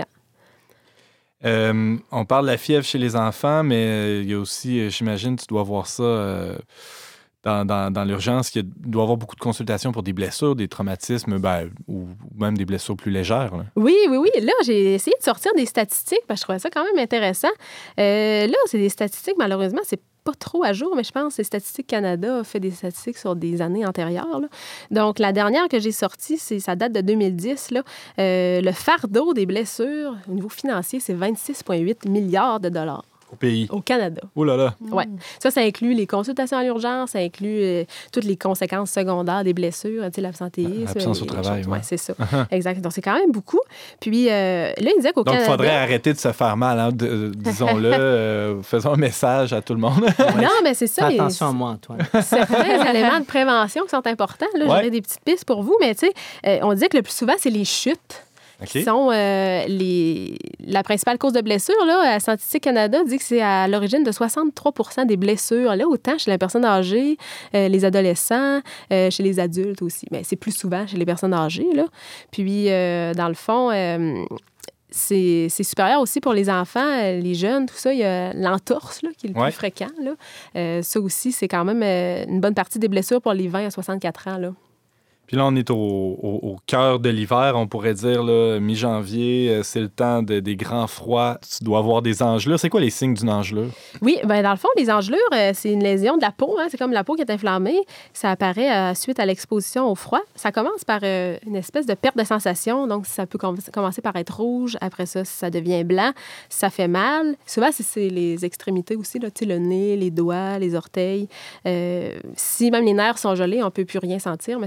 Euh, on parle de la fièvre chez les enfants, mais il y a aussi, j'imagine, tu dois voir ça euh, dans, dans, dans l'urgence, qu'il doit y avoir beaucoup de consultations pour des blessures, des traumatismes, ben, ou, ou même des blessures plus légères. Là. Oui, oui, oui. Là, j'ai essayé de sortir des statistiques, parce que je trouvais ça quand même intéressant. Euh, là, c'est des statistiques, malheureusement, c'est pas trop à jour, mais je pense que Statistique Canada a fait des statistiques sur des années antérieures. Là. Donc, la dernière que j'ai sortie, c'est, ça date de deux mille dix. Là. Euh, le fardeau des blessures au niveau financier, c'est vingt-six virgule huit milliards de dollars. Au pays. Au Canada. Oh là là. Oui. Ça, ça inclut les consultations à l'urgence, ça inclut euh, toutes les conséquences secondaires des blessures, tu sais, l'absentéisme. L'absence au travail, oui. Ouais, c'est ça. Exact. Donc, c'est quand même beaucoup. Puis euh, là, il disait qu'au Donc, Canada... Donc, il faudrait arrêter de se faire mal, hein, de, disons-le. euh, faisons un message à tout le monde. Non, mais c'est ça. Fais attention à moi, Antoine. Certains éléments de prévention qui sont importants. Là, ouais. J'aurais des petites pistes pour vous, mais tu sais, euh, on dit que le plus souvent, c'est les chutes. Okay. Qui sont euh, les... la principale cause de blessure. Là, Statistique Canada dit que c'est à l'origine de soixante-trois pour cent des blessures, là, autant chez les personnes âgées, euh, les adolescents, euh, chez les adultes aussi. Mais c'est plus souvent chez les personnes âgées. Là. Puis, euh, dans le fond... Euh, C'est, c'est supérieur aussi pour les enfants, les jeunes, tout ça. Il y a l'entorse là, qui est le ouais. plus fréquent. Là. Euh, ça aussi, c'est quand même euh, une bonne partie des blessures pour les vingt à soixante-quatre ans. Là. Puis là, on est au, au, au cœur de l'hiver, on pourrait dire, là, mi-janvier, c'est le temps de, des grands froids. Tu dois avoir des engelures. C'est quoi les signes d'une engelure? Oui, bien dans le fond, les engelures, euh, c'est une lésion de la peau. Hein, c'est comme la peau qui est inflammée. Ça apparaît euh, suite à l'exposition au froid. Ça commence par euh, une espèce de perte de sensation. Donc, ça peut com- commencer par être rouge. Après ça, ça devient blanc. Ça fait mal. Souvent, c'est, c'est les extrémités aussi, là, tu sais, le nez, les doigts, les orteils. Euh, si même les nerfs sont gelés, on ne peut plus rien sentir, mais ça, c'est rendu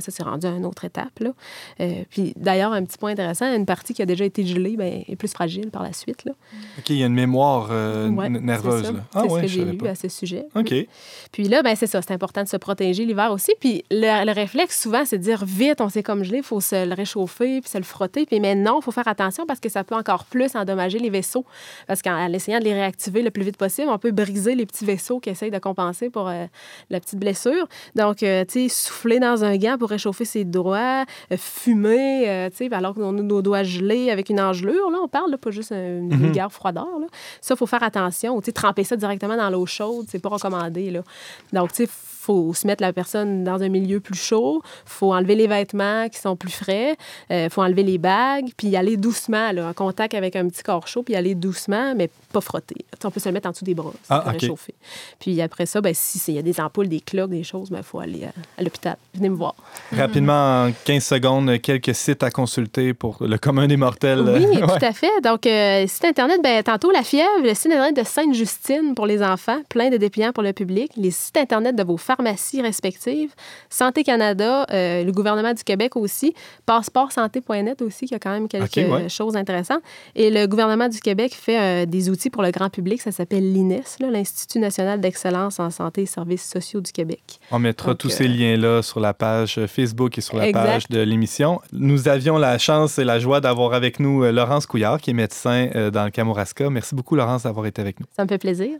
une autre étape. Là. Euh, puis d'ailleurs, un petit point intéressant, une partie qui a déjà été gelée ben, est plus fragile par la suite. Là. OK, il y a une mémoire euh, ouais, n- nerveuse. C'est, là. c'est Ah, ce ouais, que je j'ai savais lu pas. à ce sujet. OK. Puis là, ben, c'est ça, c'est important de se protéger l'hiver aussi. Puis le, le réflexe, souvent, c'est de dire vite, on sait comme gelé, il faut se le réchauffer puis se le frotter. Puis mais non, il faut faire attention parce que ça peut encore plus endommager les vaisseaux. Parce qu'en essayant de les réactiver le plus vite possible, on peut briser les petits vaisseaux qui essayent de compenser pour euh, la petite blessure. Donc, euh, tu sais, souffler dans un gant pour réchauffer ses doigts, euh, fumer, euh, tu sais, alors qu'on a nos doigts gelés avec une engelure, là, on parle, là, pas juste une Mhm. vulgaire froideur. Là. Ça, il faut faire attention. Ou, tu sais, tremper ça directement dans l'eau chaude, c'est pas recommandé, là. Donc, tu sais, faut se mettre la personne dans un milieu plus chaud, faut enlever les vêtements qui sont plus frais, euh, faut enlever les bagues, puis y aller doucement, là, en contact avec un petit corps chaud, puis y aller doucement, mais pas frotter. Tu sais, on peut se le mettre en dessous des bras, ça Ah, peut OK. réchauffer. Puis après ça, ben, si il y a des ampoules, des cloques, des choses, il ben, faut aller à, à l'hôpital. Venez me voir. Rapidement, en quinze secondes, quelques sites à consulter pour le commun des mortels. Oui, Ouais. tout à fait. Donc, euh, site Internet, ben, tantôt, La Fièvre, le site Internet de Sainte-Justine pour les enfants, plein de dépliants pour le public, les sites Internet de vos pharmacies respectives, Santé Canada, euh, le gouvernement du Québec aussi, passeport santé point net aussi, qui a quand même quelques OK, ouais. choses intéressantes. Et le gouvernement du Québec fait euh, des outils pour le grand public, ça s'appelle l'I N E S, là, l'Institut national d'excellence en santé et services sociaux du Québec. On mettra Donc, tous euh, ces liens-là sur la page Facebook et sur la Exact. page de l'émission. Nous avions la chance et la joie d'avoir avec nous euh, Laurence Couillard, qui est médecin euh, dans le Kamouraska. Merci beaucoup, Laurence, d'avoir été avec nous. Ça me fait plaisir.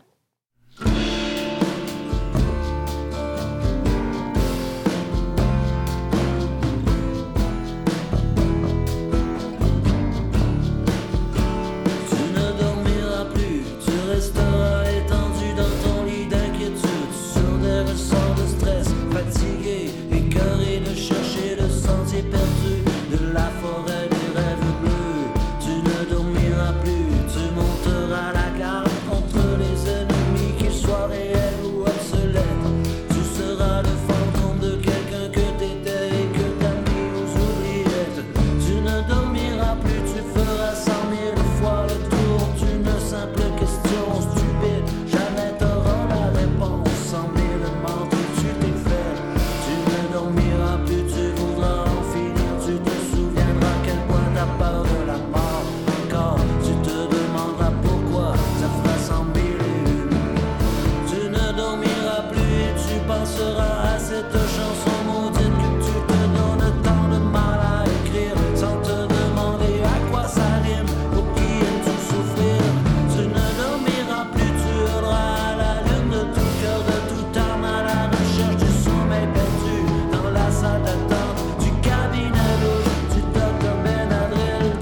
Tu ne dormiras plus, tu resteras étendu dans ton lit d'inquiétude, sur des ressorts de stress, fatigué, écœuré de chercher le sentier perdu de la forêt des rêves bleus. Tu ne dormiras plus, tu monteras la garde contre les ennemis, qu'ils soient réels ou obsolètes. Tu seras le fantôme de quelqu'un que t'étais et que t'as mis aux oubliettes. Tu ne dormiras plus, tu feras cent mille fois le tour d'une simple question stupide. Jamais t'auras la réponse, cent mille menti tu t'es fait. Tu ne dormiras plus, tu voudras en finir, tu te souviendras quel point t'as peur de la mort. Encore, tu te demanderas pourquoi ça fera cent mille et une. Tu ne dormiras plus et tu penseras à cette chanson maudite que tu te donnes tant de mal à écrire, sans te demander à quoi ça rime, pour qui aimes-tu souffrir. Tu ne dormiras plus, tu hurleras à la lune de tout cœur, de toute âme, à la recherche du sommeil perdu, dans la salle d'attente du cabinet louche du docteur Benadryl.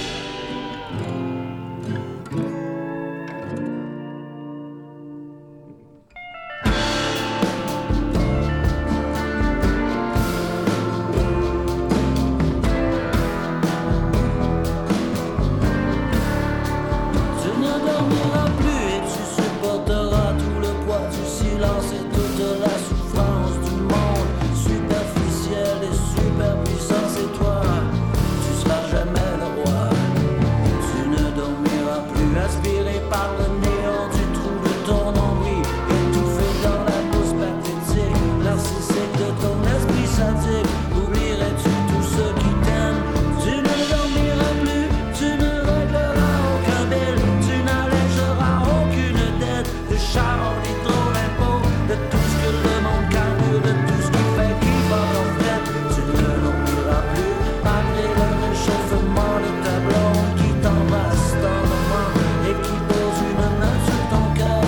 Tu ne dormiras plus et tu supporteras tout le poids du silence et toute la souffrance du monde superficiel et superpuissant. C'est toi, tu seras jamais le roi. Tu ne dormiras plus, aspiré par le néant du trou de ton nombril, étouffé dans la bourse pathétique, narcissique de ton esprit sadique. Oublierais-tu tous ceux qui t'aiment? Tu ne dormiras plus, tu ne régleras aucun bill, tu n'allégeras aucune dette de char, d'hydro, d'impôt, de tout ce que le monde carbure, de tout ce qui fait qu'il va en fait. Tu ne dormiras plus, malgré le réchauffement de ta blonde qui t'embrasse tendrement et qui pose une main sur ton cœur.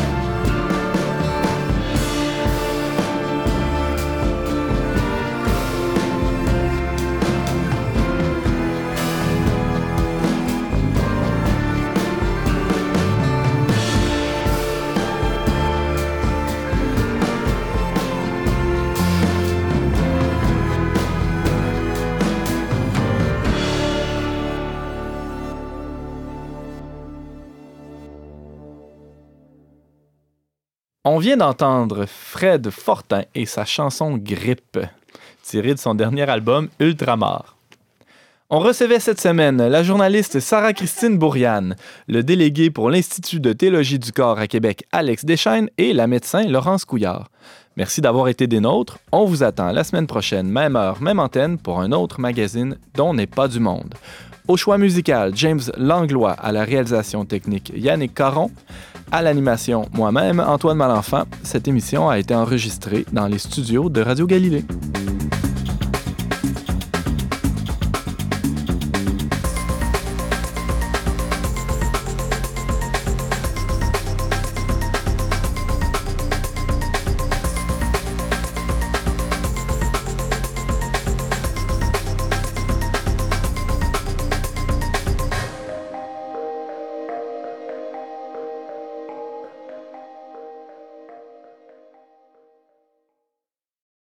On vient d'entendre Fred Fortin et sa chanson Grippe, tirée de son dernier album Ultramar. On recevait cette semaine la journaliste Sarah-Christine Bourriane, le délégué pour l'Institut de théologie du corps à Québec, Alex Deschaines, et la médecin Laurence Couillard. Merci d'avoir été des nôtres. On vous attend la semaine prochaine, même heure, même antenne, pour un autre magazine dont n'est pas du monde. Au choix musical, James Langlois, à la réalisation technique, Yannick Caron, à l'animation, moi-même, Antoine Malenfant. Cette émission a été enregistrée dans les studios de Radio Galilée.